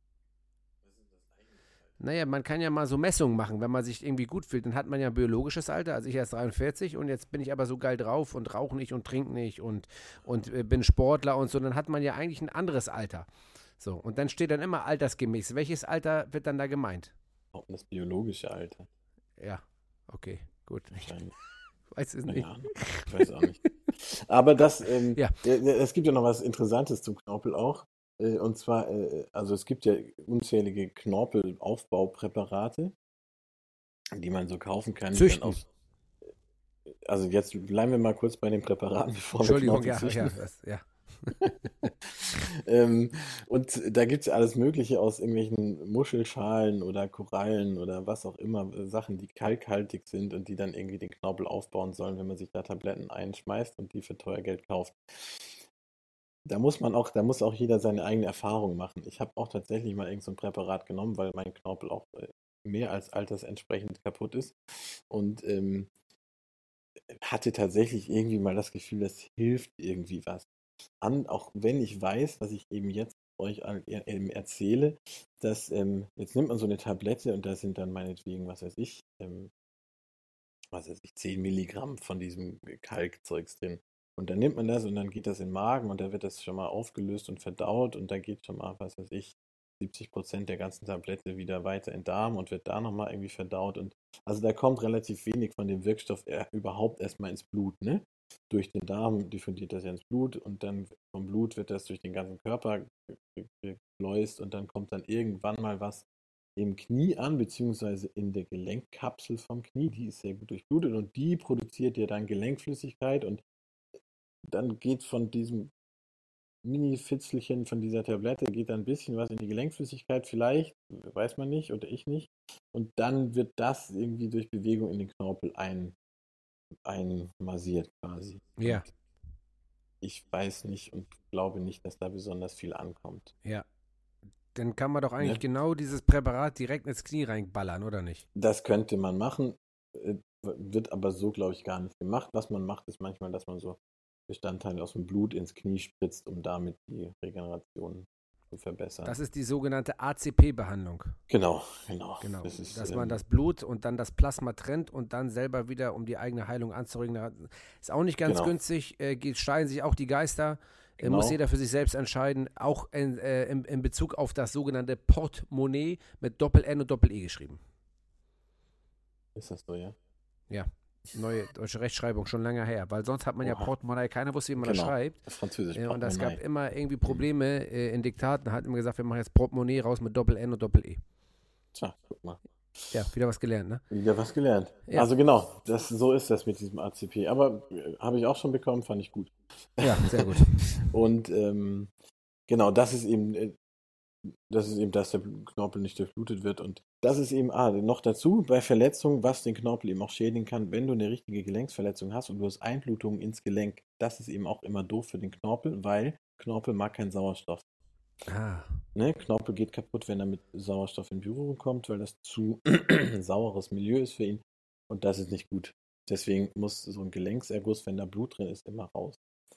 Naja, man kann ja mal so Messungen machen, wenn man sich irgendwie gut fühlt. Dann hat man ja ein biologisches Alter, also ich erst dreiundvierzig und jetzt bin ich aber so geil drauf und rauche nicht und trinke nicht und, und äh, bin Sportler und so. Dann hat man ja eigentlich ein anderes Alter. So, und dann steht dann immer altersgemäß. Welches Alter wird dann da gemeint? Auch das biologische Alter. Ja, okay, gut. Wahrscheinlich. Weiß es Keine nicht. Ahnung. Ich weiß auch nicht. Aber das, ähm, Ja. äh, es gibt ja noch was Interessantes zum Knorpel auch. Äh, und zwar, äh, also es gibt ja unzählige Knorpelaufbaupräparate, die man so kaufen kann. die Züchten. Dann aus, also jetzt bleiben wir mal kurz bei den Präparaten, bevor wir Entschuldigung, Knorpel ja, züchten. ja, das, ja. ähm, und da gibt es ja alles Mögliche aus irgendwelchen Muschelschalen oder Korallen oder was auch immer, äh, Sachen, die kalkhaltig sind und die dann irgendwie den Knorpel aufbauen sollen, wenn man sich da Tabletten einschmeißt und die für teuer Geld kauft. Da muss man auch, da muss auch jeder seine eigene Erfahrung machen. Ich habe auch tatsächlich mal irgend so ein Präparat genommen, weil mein Knorpel auch äh, mehr als altersentsprechend kaputt ist. Und ähm, hatte tatsächlich irgendwie mal das Gefühl, das hilft irgendwie was. An, auch wenn ich weiß, was ich eben jetzt euch all- e- eben erzähle, dass ähm, jetzt nimmt man so eine Tablette und da sind dann meinetwegen, was weiß ich, ähm, was weiß ich, zehn Milligramm von diesem Kalkzeugs drin. Und dann nimmt man das und dann geht das in den Magen und da wird das schon mal aufgelöst und verdaut und da geht schon mal, was weiß ich, siebzig Prozent der ganzen Tablette wieder weiter in den Darm und wird da nochmal irgendwie verdaut. Und also da kommt relativ wenig von dem Wirkstoff er, überhaupt erstmal ins Blut, ne? Durch den Darm diffundiert das ja ins Blut und dann vom Blut wird das durch den ganzen Körper geschleust und dann kommt dann irgendwann mal was im Knie an, beziehungsweise in der Gelenkkapsel vom Knie. Die ist sehr gut durchblutet und die produziert ja dann Gelenkflüssigkeit und dann geht von diesem Mini-Fitzelchen von dieser Tablette, geht dann ein bisschen was in die Gelenkflüssigkeit, vielleicht, weiß man nicht oder ich nicht. Und dann wird das irgendwie durch Bewegung in den Knorpel ein, einmassiert quasi. Ja, Und ich weiß nicht und glaube nicht, dass da besonders viel ankommt. ja. Dann kann man doch eigentlich Ne? genau dieses Präparat direkt ins Knie reinballern, oder nicht? Das könnte man machen, äh, wird aber so, glaube ich, gar nicht gemacht. Was man macht, ist manchmal, dass man so Bestandteile aus dem Blut ins Knie spritzt, um damit die Regeneration zu verbessern. Das ist die sogenannte A C P-Behandlung. Genau, genau. Genau, Das ist, dass man ähm, das Blut und dann das Plasma trennt und dann selber wieder, um die eigene Heilung anzuregen. Ist auch nicht ganz Genau. günstig, äh, geht- scheiden sich auch die Geister. Äh, Genau. Muss jeder für sich selbst entscheiden, auch in, äh, in, in Bezug auf das sogenannte Portemonnaie mit Doppel-N und Doppel-E geschrieben. Ist das so, ja? Ja, neue deutsche Rechtschreibung, schon lange her, weil sonst hat man ja Oha. Portemonnaie, keiner wusste, wie man Genau. das schreibt. Das Französisch. Äh, und es gab Portemonnaie. immer irgendwie Probleme äh, in Diktaten, hat immer gesagt, wir machen jetzt Portemonnaie raus mit Doppel-N und Doppel-E. Tja, guck mal. Ja, wieder was gelernt, ne? Wieder was gelernt. Ja. Also genau, das, so ist das mit diesem A C P. Aber äh, habe ich auch schon bekommen, fand ich gut. Ja, sehr gut. Und ähm, genau, das ist eben, äh, das ist eben, dass der Knorpel nicht durchblutet wird. Und das ist eben, ah, noch dazu, bei Verletzungen, was den Knorpel eben auch schädigen kann, wenn du eine richtige Gelenksverletzung hast und du hast Einblutungen ins Gelenk, das ist eben auch immer doof für den Knorpel, weil Knorpel mag keinen Sauerstoff. Ah, Ne? Knorpel geht kaputt, wenn er mit Sauerstoff in Berührung kommt, weil das zu saueres Milieu ist für ihn. Und das ist nicht gut. Deswegen muss so ein Gelenkserguss, wenn da Blut drin ist, immer raus.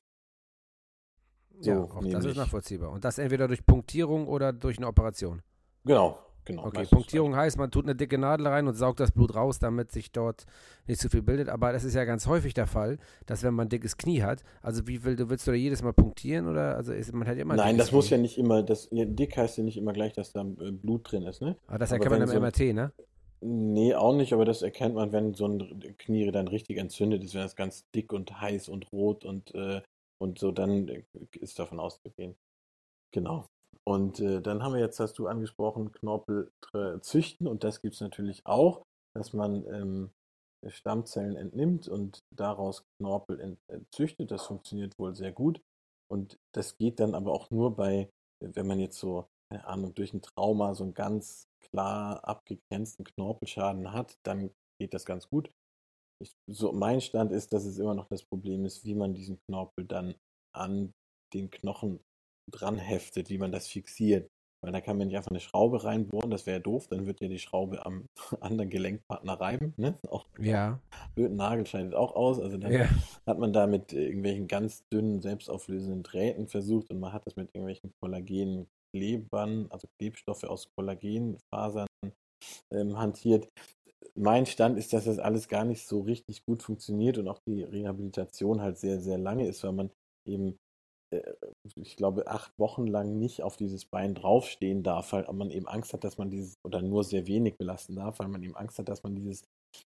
So, ja, auch das ist nämlich. nachvollziehbar. Und das entweder durch Punktierung oder durch eine Operation. Genau, genau. Okay, meistens Punktierung heißt, man tut eine dicke Nadel rein und saugt das Blut raus, damit sich dort nicht zu viel bildet. Aber das ist ja ganz häufig der Fall, dass wenn man ein dickes Knie hat, also wie will, du willst du da jedes Mal punktieren oder also ist, man hat ja immer ein Nein, dickes das muss Knie. ja nicht immer, das, ja, dick heißt ja nicht immer gleich, dass da äh, Blut drin ist, ne? Aber das aber erkennt man wenn im so- M R T, ne? Nee, auch nicht, aber das erkennt man, wenn so ein Knie dann richtig entzündet ist, wenn das ganz dick und heiß und rot und, äh, und so, dann äh, ist davon auszugehen. Genau. Und äh, dann haben wir jetzt, hast du angesprochen, Knorpel äh, züchten und das gibt es natürlich auch, dass man ähm, Stammzellen entnimmt und daraus Knorpel ent, äh, züchtet. Das funktioniert wohl sehr gut. Und das geht dann aber auch nur bei, wenn man jetzt so, keine Ahnung, durch ein Trauma so einen ganz klar abgegrenzten Knorpelschaden hat, dann geht das ganz gut. Ich, so mein Stand ist, dass es immer noch das Problem ist, wie man diesen Knorpel dann an den Knochen dran heftet, wie man das fixiert. Weil da kann man nicht einfach eine Schraube reinbohren, das wäre doof, dann wird ja die Schraube am anderen Gelenkpartner reiben. Ne? Auch, Ja. blöd, ein Nagel scheidet auch aus. Also dann Ja. hat man da mit irgendwelchen ganz dünnen, selbstauflösenden Drähten versucht und man hat das mit irgendwelchen Kollagenklebern, also Klebstoffe aus Kollagenfasern ähm, hantiert. Mein Stand ist, dass das alles gar nicht so richtig gut funktioniert und auch die Rehabilitation halt sehr, sehr lange ist, weil man eben, äh, ich glaube, acht Wochen lang nicht auf dieses Bein draufstehen darf, weil man eben Angst hat, dass man dieses, oder nur sehr wenig belasten darf, weil man eben Angst hat, dass man dieses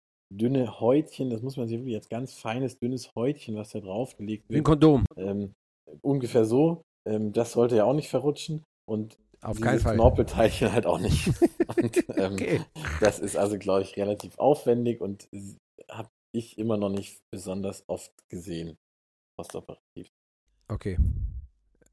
dünne Häutchen, das muss man sich wirklich als ganz feines, dünnes Häutchen, was da draufgelegt Wie ein wird, Kondom. ähm, ungefähr so, ähm, das sollte ja auch nicht verrutschen und Auf dieses keinen Fall. Knorpelteilchen halt auch nicht. Und, ähm, Okay. das ist also, glaube ich, relativ aufwendig und habe ich immer noch nicht besonders oft gesehen, postoperativ. Okay.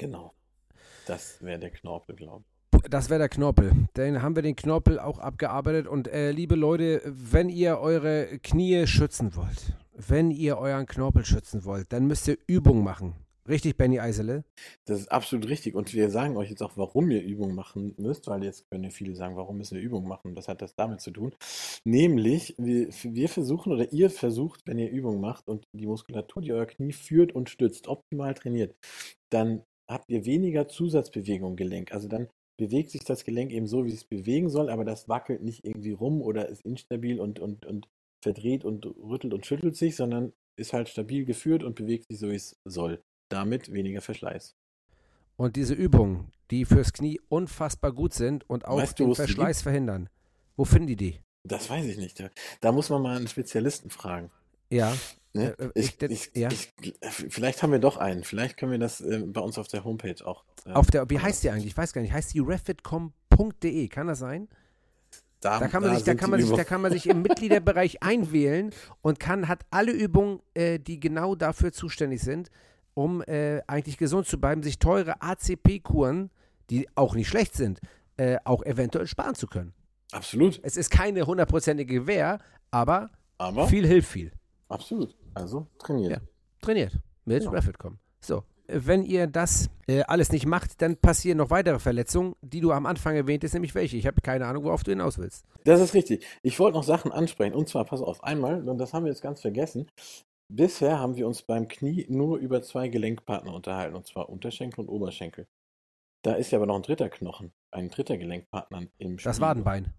Genau. Das wäre der Knorpel, glaube ich. Das wäre der Knorpel. Dann haben wir den Knorpel auch abgearbeitet. Und äh, liebe Leute, wenn ihr eure Knie schützen wollt, wenn ihr euren Knorpel schützen wollt, dann müsst ihr Übungen machen. Richtig, Benny Eisele? Das ist absolut richtig. Und wir sagen euch jetzt auch, warum ihr Übungen machen müsst, weil jetzt können ja viele sagen, warum müssen wir Übungen machen? Das hat das damit zu tun. Nämlich, wir, wir versuchen oder ihr versucht, wenn ihr Übungen macht und die Muskulatur, die euer Knie führt und stützt, optimal trainiert, dann habt ihr weniger Zusatzbewegung im Gelenk. Also dann bewegt sich das Gelenk eben so, wie es bewegen soll, aber das wackelt nicht irgendwie rum oder ist instabil und, und, und verdreht und rüttelt und schüttelt sich, sondern ist halt stabil geführt und bewegt sich so, wie es soll. Damit weniger Verschleiß. Und diese Übungen, die fürs Knie unfassbar gut sind und auch Weißt du, den wo es die Verschleiß gibt? verhindern. Wo finden die die? Das weiß ich nicht. Da, da muss man mal einen Spezialisten fragen. Ja. Ne? Äh, Ich, ich, das- ich, ja. ich, vielleicht haben wir doch einen. Vielleicht können wir das äh, bei uns auf der Homepage auch. Äh, Auf der, wie heißt die eigentlich? Ich weiß gar nicht. Heißt die refitcom punkt de? Kann das sein? Da, Da kann man, sich, da, sind kann die man sich, da Übungen. kann man sich im Mitgliederbereich einwählen und kann, hat alle Übungen, äh, die genau dafür zuständig sind, um äh, eigentlich gesund zu bleiben, sich teure A C P-Kuren, die auch nicht schlecht sind, äh, auch eventuell sparen zu können. Absolut. Es ist keine hundertprozentige Gewähr, aber Aber viel hilft viel. absolut. Also trainiert. Ja. Trainiert mit Genau. refitcom. So. äh, Wenn ihr das äh, alles nicht macht, dann passieren noch weitere Verletzungen, die du am Anfang erwähnt hast, nämlich welche. Ich habe keine Ahnung, worauf du hinaus willst. Das ist richtig. Ich wollte noch Sachen ansprechen. Und zwar, pass auf, einmal, und das haben wir jetzt ganz vergessen. Bisher haben wir uns beim Knie nur über zwei Gelenkpartner unterhalten, und zwar Unterschenkel und Oberschenkel. Da ist ja aber noch ein dritter Knochen, ein dritter Gelenkpartner im Spiel. Das Wadenbein.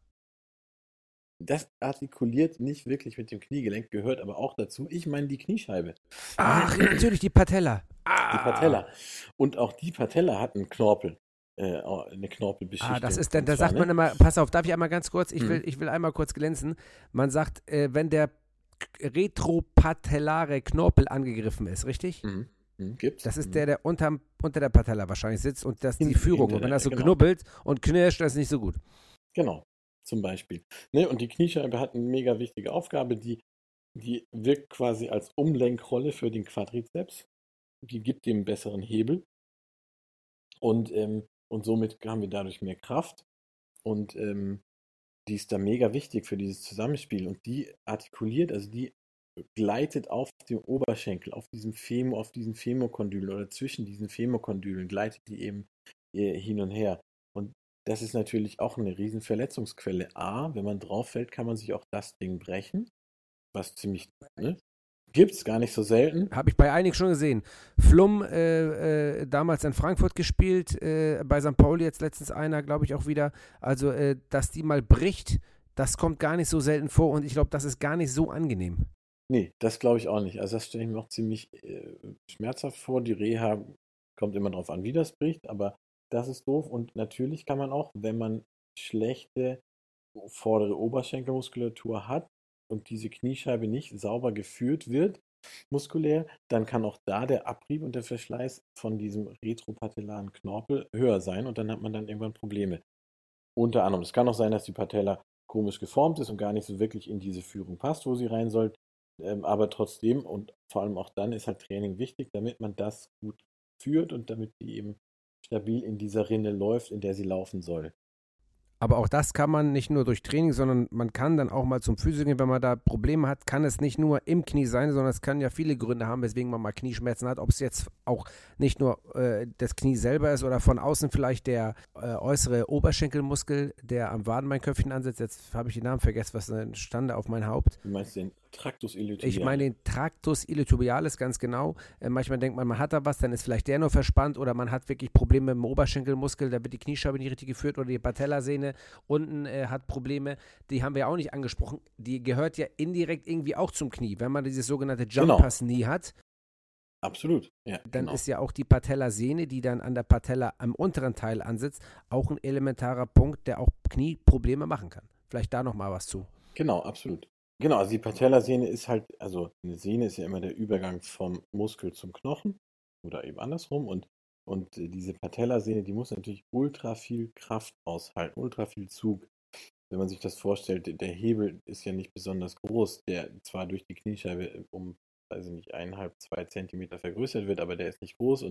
Das artikuliert nicht wirklich mit dem Kniegelenk, gehört aber auch dazu. Ich meine die Kniescheibe, Ach, natürlich die Patella. die Patella. Und auch die Patella hat einen Knorpel, äh, eine Knorpelbeschichtung. Ah, das ist dann, Und da zwar, sagt man ne? immer, pass auf, darf ich einmal ganz kurz, ich Mhm. will, ich will einmal kurz glänzen. Man sagt, äh, wenn der K- retropatellare Knorpel angegriffen ist, richtig? Mhm. Mhm. Gibt's. Das ist Mhm. der, der unterm, unter der Patella wahrscheinlich sitzt und das die Hinter- Führung. hinter Und wenn der- das so genau. knubbelt und knirscht, das ist nicht so gut. Genau, zum Beispiel. Ne? Und die Kniescheibe hat eine mega wichtige Aufgabe, die, die wirkt quasi als Umlenkrolle für den Quadrizeps. Die gibt dem besseren Hebel. Und, ähm, und somit haben wir dadurch mehr Kraft. Und ähm, die ist da mega wichtig für dieses Zusammenspiel. Und die artikuliert, also die gleitet auf dem Oberschenkel, auf diesem Femur, auf diesen Femurkondylen oder zwischen diesen Femurkondylen, gleitet die eben äh, hin und her. Und das ist natürlich auch eine riesen Verletzungsquelle. A, wenn man drauf fällt, kann man sich auch das Ding brechen, was ziemlich, ne? Gibt es gar nicht so selten. Habe ich bei einigen schon gesehen. Flum äh, äh, damals in Frankfurt gespielt, äh, bei Sankt Pauli jetzt letztens einer, glaube ich auch wieder. Also, äh, dass die mal bricht, das kommt gar nicht so selten vor und ich glaube, das ist gar nicht so angenehm. Nee, das glaube ich auch nicht. Also das stelle ich mir auch ziemlich äh, schmerzhaft vor. Die Reha kommt immer darauf an, wie das bricht, aber das ist doof. Und natürlich kann man auch, wenn man schlechte vordere Oberschenkelmuskulatur hat und diese Kniescheibe nicht sauber geführt wird, muskulär, dann kann auch da der Abrieb und der Verschleiß von diesem retropatellaren Knorpel höher sein und dann hat man dann irgendwann Probleme. Unter anderem, es kann auch sein, dass die Patella komisch geformt ist und gar nicht so wirklich in diese Führung passt, wo sie rein soll. Ähm, aber trotzdem und vor allem auch dann ist halt Training wichtig, damit man das gut führt und damit die eben stabil in dieser Rinne läuft, in der sie laufen soll. Aber auch das kann man nicht nur durch Training, sondern man kann dann auch mal zum Physio gehen, wenn man da Probleme hat, kann es nicht nur im Knie sein, sondern es kann ja viele Gründe haben, weswegen man mal Knieschmerzen hat. Ob es jetzt auch nicht nur äh, das Knie selber ist oder von außen vielleicht der äh, äußere Oberschenkelmuskel, der am Wadenbeinköpfchen ansetzt. Jetzt habe ich den Namen vergessen, was dann stand auf mein Haupt. Du meinst den Tractus iliotibialis? Ich meine den Tractus iliotibialis, ganz genau. Äh, manchmal denkt man, man hat da was, dann ist vielleicht der nur verspannt oder man hat wirklich Probleme mit dem Oberschenkelmuskel, da wird die Kniescheibe nicht richtig geführt oder die Patellasehne unten äh, hat Probleme. Die haben wir auch nicht angesprochen. Die gehört ja indirekt irgendwie auch zum Knie. Wenn man dieses sogenannte Genau. Jumpers Knee hat, Absolut, ja. dann genau. ist ja auch die Patellasehne, die dann an der Patella am unteren Teil ansitzt, auch ein elementarer Punkt, der auch Knieprobleme machen kann. Vielleicht da nochmal was zu. Genau, absolut. Genau, also die Patellasehne ist halt, also eine Sehne ist ja immer der Übergang vom Muskel zum Knochen oder eben andersrum und, und äh, diese Patellasehne, die muss natürlich ultra viel Kraft aushalten, ultra viel Zug. Wenn man sich das vorstellt, der- der Hebel ist ja nicht besonders groß, der zwar durch die Kniescheibe äh, um, weiß ich nicht, eineinhalb, zwei Zentimeter vergrößert wird, aber der ist nicht groß und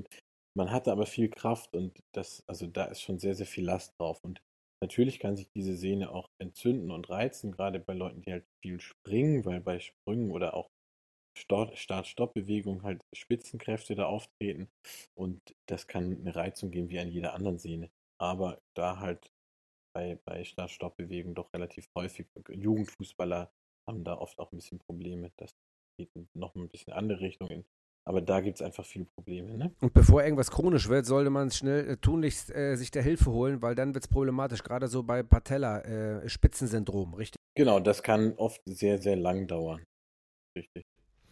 man hatte aber viel Kraft und das, also da ist schon sehr, sehr viel Last drauf. Und natürlich kann sich diese Sehne auch entzünden und reizen, gerade bei Leuten, die halt viel springen, weil bei Sprüngen oder auch Start- Start-Stopp-Bewegungen halt Spitzenkräfte da auftreten und das kann eine Reizung geben wie an jeder anderen Sehne. Aber da halt bei, bei Start-Stopp-Bewegungen doch relativ häufig, Jugendfußballer haben da oft auch ein bisschen Probleme. Das geht noch ein bisschen andere Richtungen. Aber da gibt es einfach viele Probleme, ne? Und bevor irgendwas chronisch wird, sollte man schnell äh, tunlichst äh, sich der Hilfe holen, weil dann wird es problematisch, gerade so bei Patella-Spitzensyndrom, richtig? Genau, das kann oft sehr, sehr lang dauern. Richtig.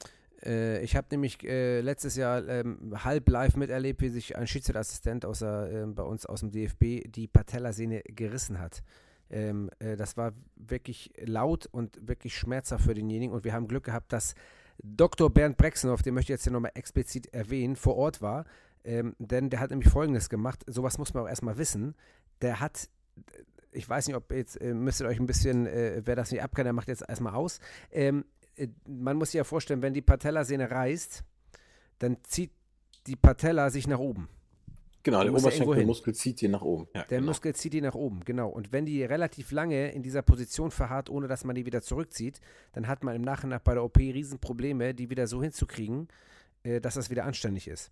Äh, ich habe nämlich äh, letztes Jahr ähm, halb live miterlebt, wie sich ein Schiedsrichterassistent aus der, äh, bei uns aus dem D F B die Patellasehne gerissen hat. Ähm, äh, das war wirklich laut und wirklich schmerzhaft für denjenigen und wir haben Glück gehabt, dass Doktor Bernd Brexenhoff, den möchte ich jetzt hier nochmal explizit erwähnen, vor Ort war, ähm, denn der hat nämlich Folgendes gemacht, sowas muss man auch erstmal wissen, der hat, ich weiß nicht, ob jetzt, äh, müsstet euch ein bisschen, äh, wer das nicht abkann, der macht jetzt erstmal aus, ähm, äh, man muss sich ja vorstellen, wenn die Patellasehne reißt, dann zieht die Patella sich nach oben. Genau, Die der muss ja irgendwo hin. Oberschenkelmuskel zieht die nach oben. Ja, Der genau. Muskel zieht die nach oben, genau. Und wenn die relativ lange in dieser Position verharrt, ohne dass man die wieder zurückzieht, dann hat man im Nachhinein bei der O P Riesenprobleme, die wieder so hinzukriegen, äh, dass das wieder anständig ist.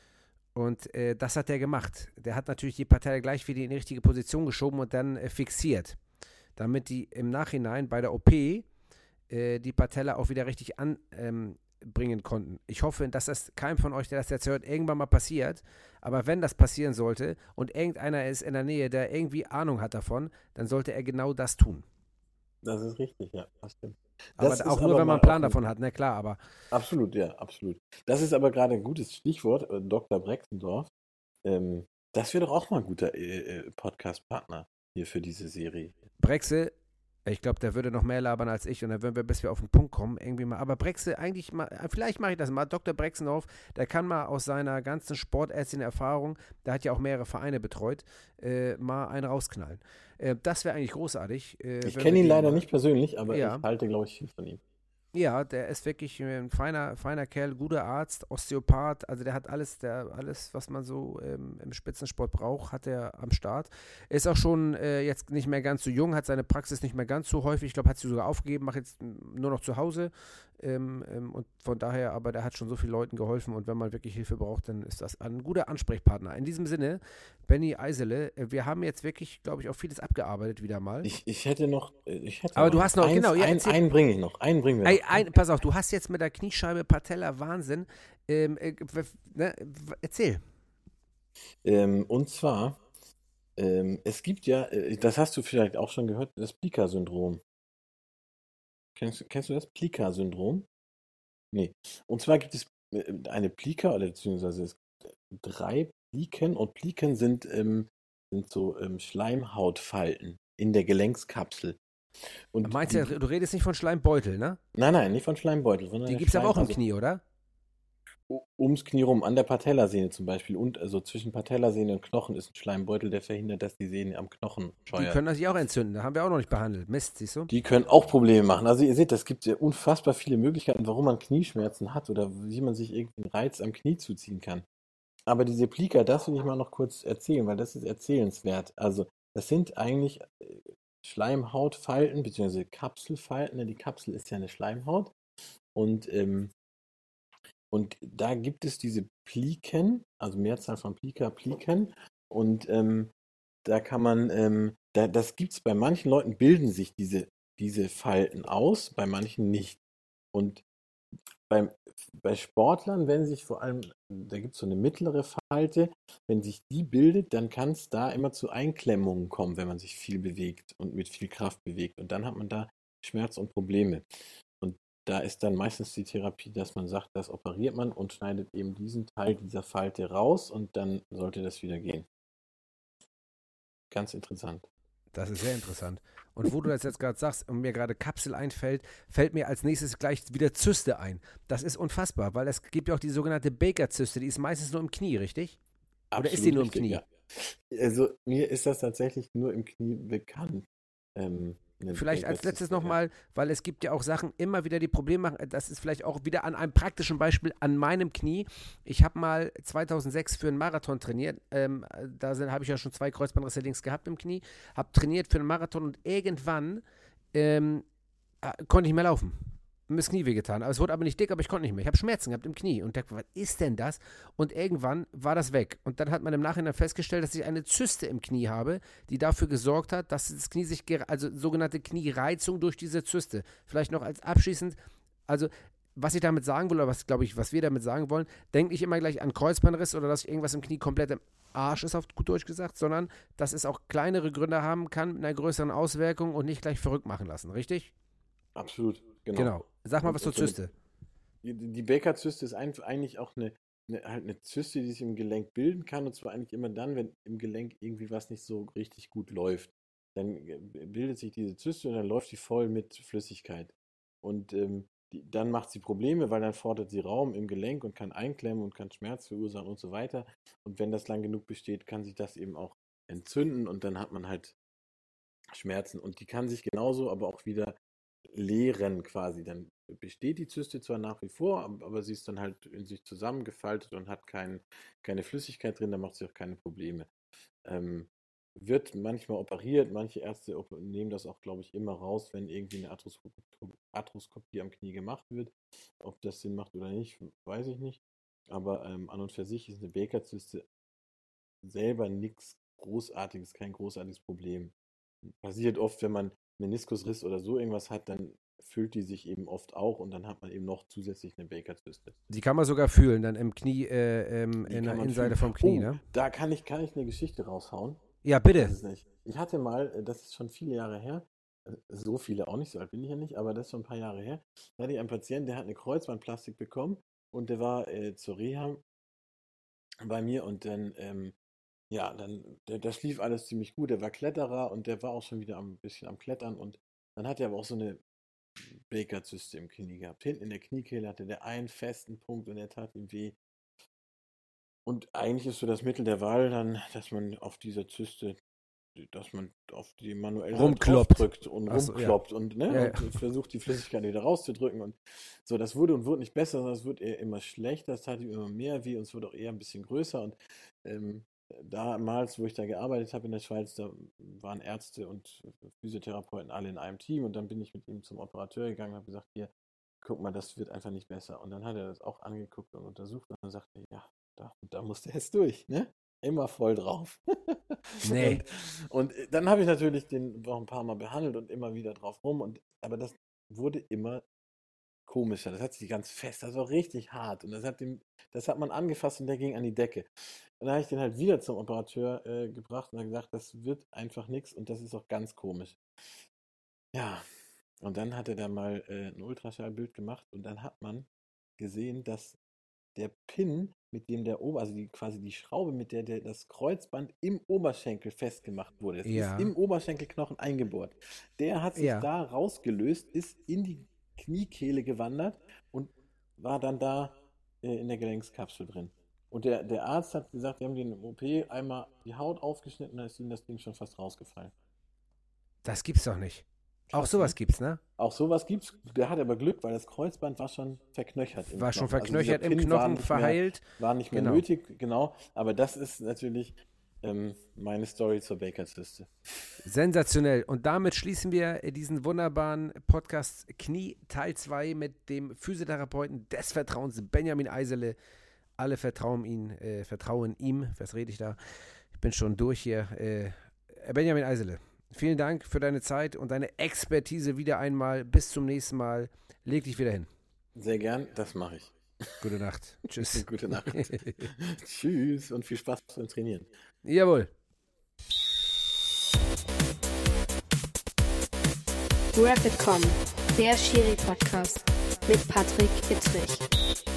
Und äh, das hat der gemacht. Der hat natürlich die Patella gleich wieder in die richtige Position geschoben und dann äh, fixiert, damit die im Nachhinein bei der O P äh, die Patella auch wieder richtig anbringen ähm, konnten. Ich hoffe, dass das keinem von euch, der das jetzt hört, irgendwann mal passiert. Aber wenn das passieren sollte und irgendeiner ist in der Nähe, der irgendwie Ahnung hat davon, dann sollte er genau das tun. Das ist richtig, ja, das stimmt. Aber Das auch ist nur, aber wenn man mal einen Plan auch ein- davon hat, na klar, aber Absolut, ja, absolut. Das ist aber gerade ein gutes Stichwort, äh, Doktor Brexendorf. Ähm, das wäre doch auch mal ein guter äh, äh, Podcast-Partner hier für diese Serie. Brexe, ich glaube, der würde noch mehr labern als ich und dann würden wir, bis wir auf den Punkt kommen, irgendwie mal. Aber Brexe, eigentlich mal, vielleicht mache ich das mal. Doktor Brexendorf, der kann mal aus seiner ganzen sportärztlichen Erfahrung, der hat ja auch mehrere Vereine betreut, äh, mal einen rausknallen. Äh, das wäre eigentlich großartig. Äh, Ich wenn kenne wir ihn den leider mal- nicht persönlich, aber Ja. ich halte, glaube ich, viel von ihm. Ja, der ist wirklich ein feiner, feiner Kerl, guter Arzt, Osteopath, also der hat alles, der, alles, was man so ähm, im Spitzensport braucht, hat er am Start. Ist auch schon äh, jetzt nicht mehr ganz so jung, hat seine Praxis nicht mehr ganz so häufig, ich glaube, hat sie sogar aufgegeben, macht jetzt nur noch zu Hause ähm, ähm, und von daher, aber der hat schon so vielen Leuten geholfen und wenn man wirklich Hilfe braucht, dann ist das ein guter Ansprechpartner. In diesem Sinne, Benny Eisele, äh, wir haben jetzt wirklich, glaube ich, auch vieles abgearbelt wieder mal. Ich, ich hätte noch. äh, Ich hätte Aber noch du hast noch- eins, genau, ja, ein, erzähl. einen bringe ich noch. Einen bringen wir noch. Ey, ein, pass auf, du hast jetzt mit der Kniescheibe Patella Wahnsinn. Ähm, äh, w- ne, w- erzähl. Ähm, und zwar, ähm, es gibt ja, äh, das hast du vielleicht auch schon gehört, das Plika-Syndrom. Kennst, kennst du das Plika-Syndrom? Nee. Und zwar gibt es äh, eine Plika, oder beziehungsweise es gibt drei Pliken, und Pliken sind, ähm, sind so ähm, Schleimhautfalten in der Gelenkskapsel. Und Meinst die, du, du redest nicht von Schleimbeutel, ne? nein, nein, nicht von Schleimbeutel, sondern Die der gibt es aber Schleim- auch im also Knie, oder? u- ums Knie rum, an der Patellasehne zum Beispiel. Und also zwischen Patellasehne und Knochen ist ein Schleimbeutel, der verhindert, dass die Sehne am Knochen Die scheuert. können sich auch entzünden. Da haben wir auch noch nicht behandelt. Mist, siehst du? Die können auch Probleme machen. Also ihr seht, es gibt ja unfassbar viele Möglichkeiten, warum man Knieschmerzen hat oder wie man sich irgendeinen Reiz am Knie zuziehen kann. Aber diese Plika, das will ich mal noch kurz erzählen, weil das ist erzählenswert. Also das sind eigentlich äh, Schleimhautfalten bzw. Kapselfalten. Ne, die Kapsel ist ja eine Schleimhaut. Und, ähm, und da gibt es diese Pliken, also Mehrzahl von Plika, Pliken. Und ähm, da kann man, ähm, da, das gibt es bei manchen Leuten, bilden sich diese, diese Falten aus, bei manchen nicht. Und beim, bei Sportlern, wenn sich vor allem, da gibt es so eine mittlere Falte, wenn sich die bildet, dann kann es da immer zu Einklemmungen kommen, wenn man sich viel bewegt und mit viel Kraft bewegt. Und dann hat man da Schmerz und Probleme. Und da ist dann meistens die Therapie, dass man sagt, das operiert man und schneidet eben diesen Teil dieser Falte raus und dann sollte das wieder gehen. Ganz interessant. Das ist sehr interessant. Und wo du das jetzt gerade sagst und mir gerade Kapsel einfällt, fällt mir als nächstes gleich wieder Zyste ein. Das ist unfassbar, weil es gibt ja auch die sogenannte Baker-Zyste, die ist meistens nur im Knie, richtig? Oder ist die nur im richtig, Knie? ja. Also mir ist das tatsächlich nur im Knie bekannt. Ähm, vielleicht als letztes nochmal, weil es gibt ja auch Sachen, immer wieder die Probleme machen, das ist vielleicht auch wieder an einem praktischen Beispiel an meinem Knie. Ich habe mal zweitausendsechs für einen Marathon trainiert, ähm, da habe ich ja schon zwei Kreuzbandrisse links gehabt im Knie, habe trainiert für einen Marathon und irgendwann ähm, konnte ich nicht mehr laufen. Mir ist das Knie wehgetan. Aber es wurde aber nicht dick, aber ich konnte nicht mehr. Ich habe Schmerzen gehabt im Knie und dachte, was ist denn das? Und irgendwann war das weg. Und dann hat man im Nachhinein festgestellt, dass ich eine Zyste im Knie habe, die dafür gesorgt hat, dass das Knie sich, also sogenannte Kniereizung durch diese Zyste. Vielleicht noch als abschließend, also was ich damit sagen will, oder was, glaube ich, was wir damit sagen wollen, denke ich immer gleich an Kreuzbandriss oder dass irgendwas im Knie komplett im Arsch ist, auf gut Deutsch gesagt, sondern dass es auch kleinere Gründe haben kann mit einer größeren Auswirkung und nicht gleich verrückt machen lassen, richtig? Absolut, genau. Genau. Sag mal was zur Zyste. Die, die Baker-Zyste ist ein, eigentlich auch eine, eine, halt eine Zyste, die sich im Gelenk bilden kann, und zwar eigentlich immer dann, wenn im Gelenk irgendwie was nicht so richtig gut läuft. Dann bildet sich diese Zyste und dann läuft die voll mit Flüssigkeit. Und ähm, die, dann macht sie Probleme, weil dann fordert sie Raum im Gelenk und kann einklemmen und kann Schmerz verursachen und so weiter. Und wenn das lang genug besteht, kann sich das eben auch entzünden und dann hat man halt Schmerzen. Und die kann sich genauso aber auch wieder leeren quasi. Dann besteht die Zyste zwar nach wie vor, aber sie ist dann halt in sich zusammengefaltet und hat kein, keine Flüssigkeit drin, da macht sie auch keine Probleme. Ähm, wird manchmal operiert, manche Ärzte nehmen das auch, glaube ich, immer raus, wenn irgendwie eine Arthroskopie, Arthroskopie am Knie gemacht wird. Ob das Sinn macht oder nicht, weiß ich nicht. Aber ähm, an und für sich ist eine Baker-Zyste selber nichts Großartiges, kein großartiges Problem. Passiert oft, wenn man Meniskusriss oder so irgendwas hat, dann füllt die sich eben oft auch und dann hat man eben noch zusätzlich eine Baker-Zyste. Die kann man sogar fühlen, dann im Knie, äh, ähm, in der Innenseite vom Knie, oh, ne? Da kann ich, kann ich eine Geschichte raushauen. Ja, bitte. Das ist nicht. Ich hatte mal, das ist schon viele Jahre her, so viele auch nicht, so alt bin ich ja nicht, aber das ist schon ein paar Jahre her, da hatte ich einen Patienten, der hat eine Kreuzbandplastik bekommen und der war äh, zur Reha bei mir und dann ähm, ja, dann, der, das lief alles ziemlich gut. Der war Kletterer und der war auch schon wieder ein bisschen am Klettern. Und dann hat er aber auch so eine Baker-Zyste im Knie gehabt. Hinten in der Kniekehle hatte der einen festen Punkt und der tat ihm weh. Und eigentlich ist so das Mittel der Wahl dann, dass man auf dieser Zyste, dass man auf die manuell rumkloppt drückt und so, rumkloppt ja. und, ne, ja, ja. und versucht, die Flüssigkeit wieder rauszudrücken. Und so, das wurde und wurde nicht besser, sondern es wurde eher immer schlechter. Es tat ihm immer mehr weh und es wurde auch eher ein bisschen größer. Und ähm, damals, wo ich da gearbeitet habe in der Schweiz, da waren Ärzte und Physiotherapeuten alle in einem Team und dann bin ich mit ihm zum Operateur gegangen und habe gesagt, hier, guck mal, das wird einfach nicht besser. Und dann hat er das auch angeguckt und untersucht und dann sagte er, ja, da, da muss der jetzt durch, ne? Immer voll drauf. Nee. und, und dann habe ich natürlich den auch ein paar Mal behandelt und immer wieder drauf rum, und aber das wurde immer komischer, das hat sich ganz fest, das war richtig hart und das hat, dem, das hat man angefasst und der ging an die Decke. Und dann habe ich den halt wieder zum Operateur äh, gebracht und habe gesagt, das wird einfach nichts und das ist auch ganz komisch. Ja, und dann hat er da mal äh, ein Ultraschallbild gemacht und dann hat man gesehen, dass der Pin, mit dem der Ober, also die, quasi die Schraube, mit der, der das Kreuzband im Oberschenkel festgemacht wurde, das ja. ist im Oberschenkelknochen eingebohrt, der hat sich ja. da rausgelöst, ist in die Kniekehle gewandert und war dann da äh, in der Gelenkskapsel drin. Und der, der Arzt hat gesagt, wir haben den im O P einmal die Haut aufgeschnitten, da ist ihm das Ding schon fast rausgefallen. Das gibt's doch nicht. Auch Krass, sowas ne? gibt's, ne? Auch sowas gibt's. Der hat aber Glück, weil das Kreuzband war schon verknöchert. Im war schon Knochen. verknöchert also im Knochen, war verheilt. Mehr, war nicht mehr genau. nötig, genau. Aber das ist natürlich ähm, meine Story zur Baker-Zyste. Sensationell. Und damit schließen wir diesen wunderbaren Podcast Knie Teil zwei mit dem Physiotherapeuten des Vertrauens, Benjamin Eisele. Alle vertrauen ihn, äh, vertrauen ihm. Was rede ich da? Ich bin schon durch hier. Äh, Benjamin Eisele, vielen Dank für deine Zeit und deine Expertise wieder einmal. Bis zum nächsten Mal. Leg dich wieder hin. Sehr gern, das mache ich. Gute Nacht. Tschüss. Gute Nacht. Tschüss und viel Spaß beim Trainieren. Jawohl. Rapid.com, der Schiri-Podcast mit Patrick Ittrich.